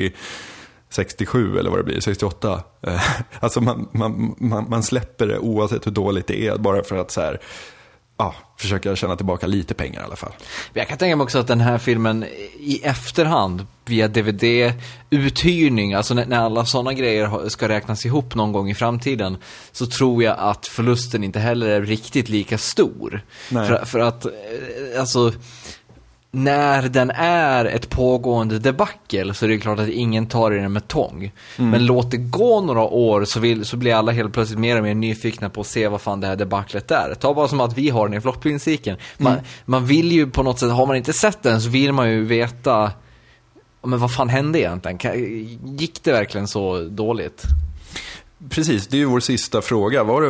67 eller vad det blir, 68. Alltså man släpper det oavsett hur dåligt det är, bara för att så här, försöka tjäna tillbaka lite pengar i alla fall. Jag kan tänka mig också att den här filmen i efterhand via DVD-uthyrning, alltså när alla sådana grejer ska räknas ihop någon gång i framtiden, så tror jag att förlusten inte heller är riktigt lika stor. För att alltså, när den är ett pågående debacle så är det klart att ingen tar i den med tång. Men låt det gå några år så blir alla helt plötsligt mer och mer nyfikna på att se vad fan det här debaclet är. Ta bara som att vi har den i floppinsiken. Man vill ju på något sätt, har man inte sett den så vill man ju veta, men vad fan hände egentligen? Gick det verkligen så dåligt? Precis, det är ju vår sista fråga. Var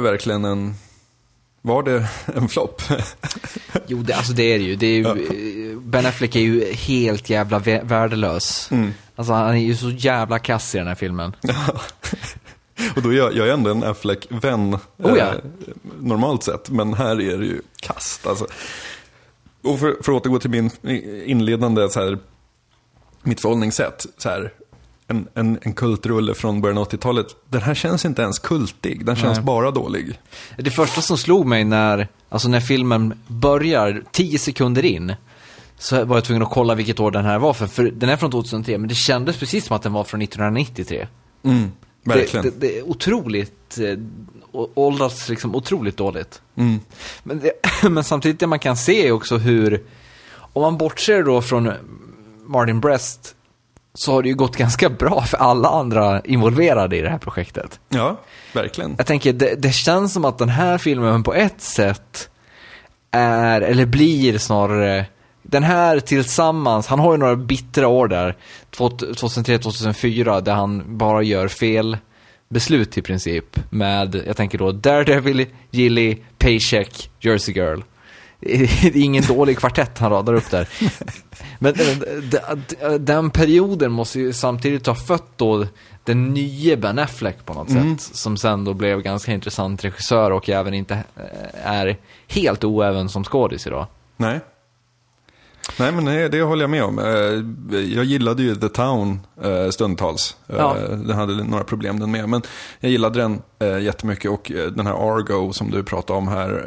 det en flopp? Jo, det är det ju. Ben Affleck är ju helt jävla värdelös. Alltså han är ju så jävla kass i den här filmen. Och då jag är ändå en Affleck-vän normalt sett, men här är det ju kast. Alltså. Och för att återgå till min inledande så här, mitt förhållningssätt så här, en kultrulle från början av 80-talet. Den här känns inte ens kultig. Den känns bara dålig. Det första som slog mig när filmen börjar 10 sekunder in, så var jag tvungen att kolla vilket år den här var för den är från 2003, men det kändes precis som att den var från 1993. Verkligen. Det är otroligt åldras liksom otroligt dåligt. Men samtidigt det man kan se är också hur, om man bortser då från Martin Brest, så har det ju gått ganska bra för alla andra involverade i det här projektet. Ja, verkligen. Jag tänker, det känns som att den här filmen på ett sätt är, eller blir snarare, den här tillsammans, han har ju några bittra år där, 2003-2004, där han bara gör fel beslut i princip. Med, jag tänker då, Daredevil, Gilly, Paycheck, Jersey Girl. Det är ingen dålig kvartett han radar upp där. Men den perioden måste ju samtidigt ha fött då den nya Ben Affleck på något sätt, som sen då blev ganska intressant regissör och även inte är helt oäven som skådis idag. Nej, men det håller jag med om. Jag gillade ju The Town stundtals. Den hade några problem den med, men jag gillade den jättemycket, och den här Argo som du pratade om här,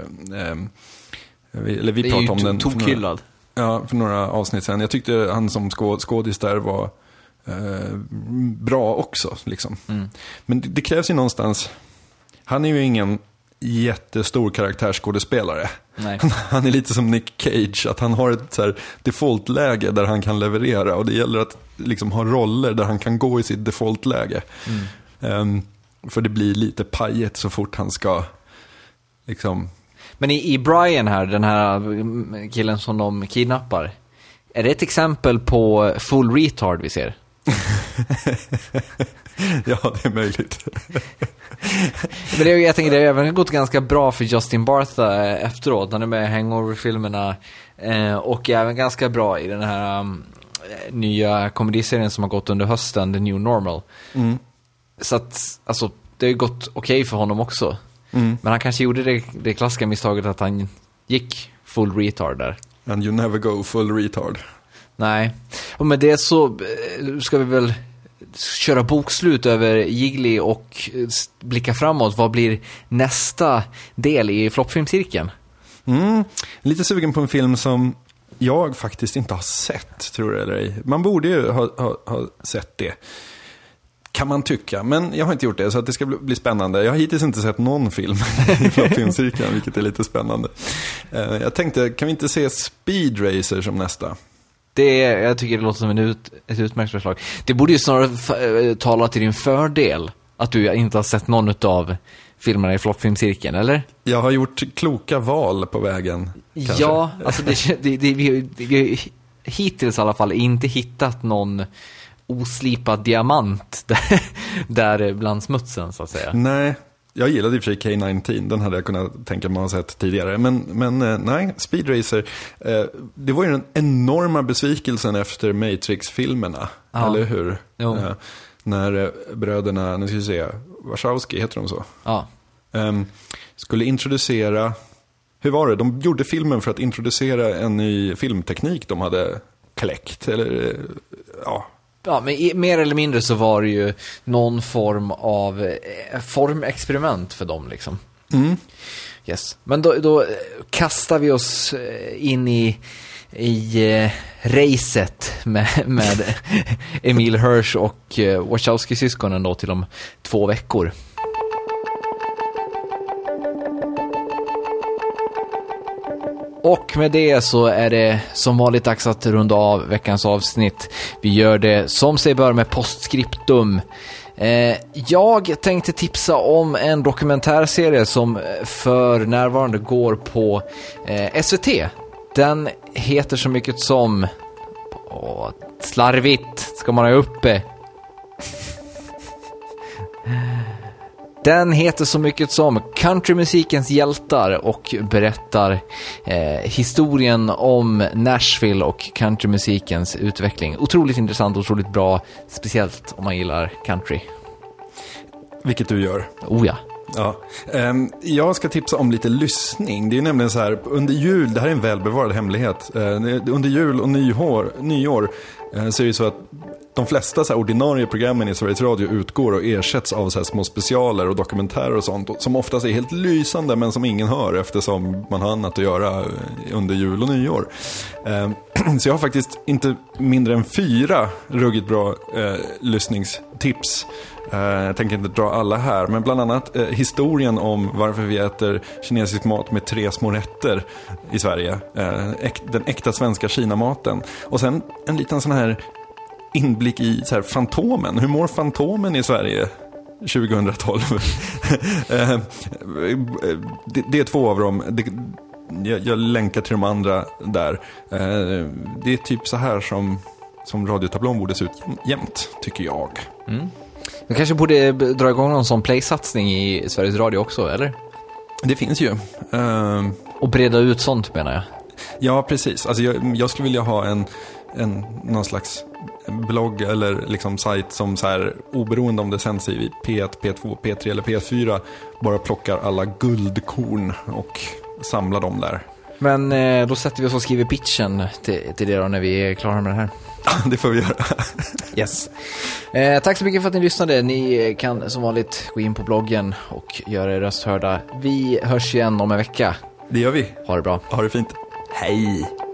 vi pratade om den tokhyllad. För några avsnitt sen. Jag tyckte han som skådis där var bra också liksom. Men det krävs ju någonstans, han är ju ingen jättestor karaktärsskådespelare. Nej. Han är lite som Nick Cage, att han har ett så här defaultläge där han kan leverera, och det gäller att liksom ha roller där han kan gå i sitt defaultläge. För det blir lite pajet så fort han ska liksom. Men i Brian här, den här killen som de kidnappar, är det ett exempel på full retard vi ser? Ja, det är möjligt. Men jag tänker det har även gått ganska bra för Justin Bartha efteråt. Han är med i Hangover-filmerna och även ganska bra i den här nya komediserien som har gått under hösten, The New Normal. Så att, alltså, det har gått okej för honom också. Men han kanske gjorde det klassiska misstaget att han gick full retard där. And you never go full retard. Nej. Och med det så ska vi väl köra bokslut över Jiggly och blicka framåt. Vad blir nästa del i floppfilmscirkeln? Lite sugen på en film som jag faktiskt inte har sett, tror jag eller ej. Man borde ju ha sett det, kan man tycka. Men jag har inte gjort det, så att det ska bli spännande. Jag har hittills inte sett någon film i floppfilmscirkeln, vilket är lite spännande. Jag tänkte, kan vi inte se Speed Racer som nästa? Jag tycker det låter som ett utmärkt förslag. Det borde ju snarare tala till din fördel att du inte har sett någon av filmerna i floppfilmscirkeln, eller? Jag har gjort kloka val på vägen, kanske. Ja, alltså vi hittills i alla fall inte hittat någon oslipad diamant där bland smutsen, så att säga. Nej, jag gillade i och för sig K-19. Den hade jag kunnat tänka mig att ha sett tidigare. Men nej, Speed Racer, det var ju den enorma besvikelsen efter Matrix-filmerna. Ja. Eller hur? När bröderna, nu ska vi se, Wachowski heter de så? Ja. Skulle introducera, hur var det? De gjorde filmen för att introducera en ny filmteknik de hade kläckt, eller ja. Ja, men mer eller mindre så var det ju någon form av formexperiment för dem liksom. Yes. Men då kastar vi oss in i racet med Emil Hirsch och Wachowski-syskonen då till om 2 veckor. Och med det så är det som vanligt dags att runda av veckans avsnitt. Vi gör det som sig bör med postskriptum. Jag tänkte tipsa om en dokumentärserie som för närvarande går på SVT. Den heter så mycket som... slarvigt ska man ha uppe. Den heter så mycket som Countrymusikens hjältar och berättar historien om Nashville och countrymusikens utveckling. Otroligt intressant, otroligt bra, speciellt om man gillar country. Vilket du gör. Oh ja. Ja. Jag ska tipsa om lite lyssning. Det är ju nämligen så här, under jul, det här är en välbevarad hemlighet. Under jul och nyår så är det så att de flesta så här ordinarie programmen i Sveriges Radio utgår och ersätts av så här små specialer och dokumentärer och sånt som oftast är helt lysande men som ingen hör eftersom man har annat att göra under jul och nyår. Så jag har faktiskt inte mindre än 4 ruggigt bra lyssningstips. Jag tänker inte dra alla här, men bland annat historien om varför vi äter kinesisk mat med 3 små rätter i Sverige. Den äkta svenska Kina-maten. Och sen en liten sån här inblick i så här, Fantomen. Hur mår Fantomen i Sverige 2012? Det är 2 av dem. Jag länkar till de andra där. Det är typ så här som radiotablån borde se ut jämt, tycker jag. Du kanske borde dra igång någon sån play-satsning i Sveriges Radio också, eller? Det finns ju. Och breda ut sånt, menar jag. Ja, precis. Alltså jag skulle vilja ha någon slags blogg eller liksom sajt som så här, oberoende om det sänds i P1, P2, P3 eller P4, bara plockar alla guldkorn och samlar dem där. Men då sätter vi oss och skriver pitchen till det då när vi är klara med det här. Det får vi göra. Yes. Tack så mycket för att ni lyssnade. Ni kan som vanligt gå in på bloggen och göra er röst hörda. Vi hörs igen om en vecka. Det gör vi. Ha det bra. Ha det fint. Hej.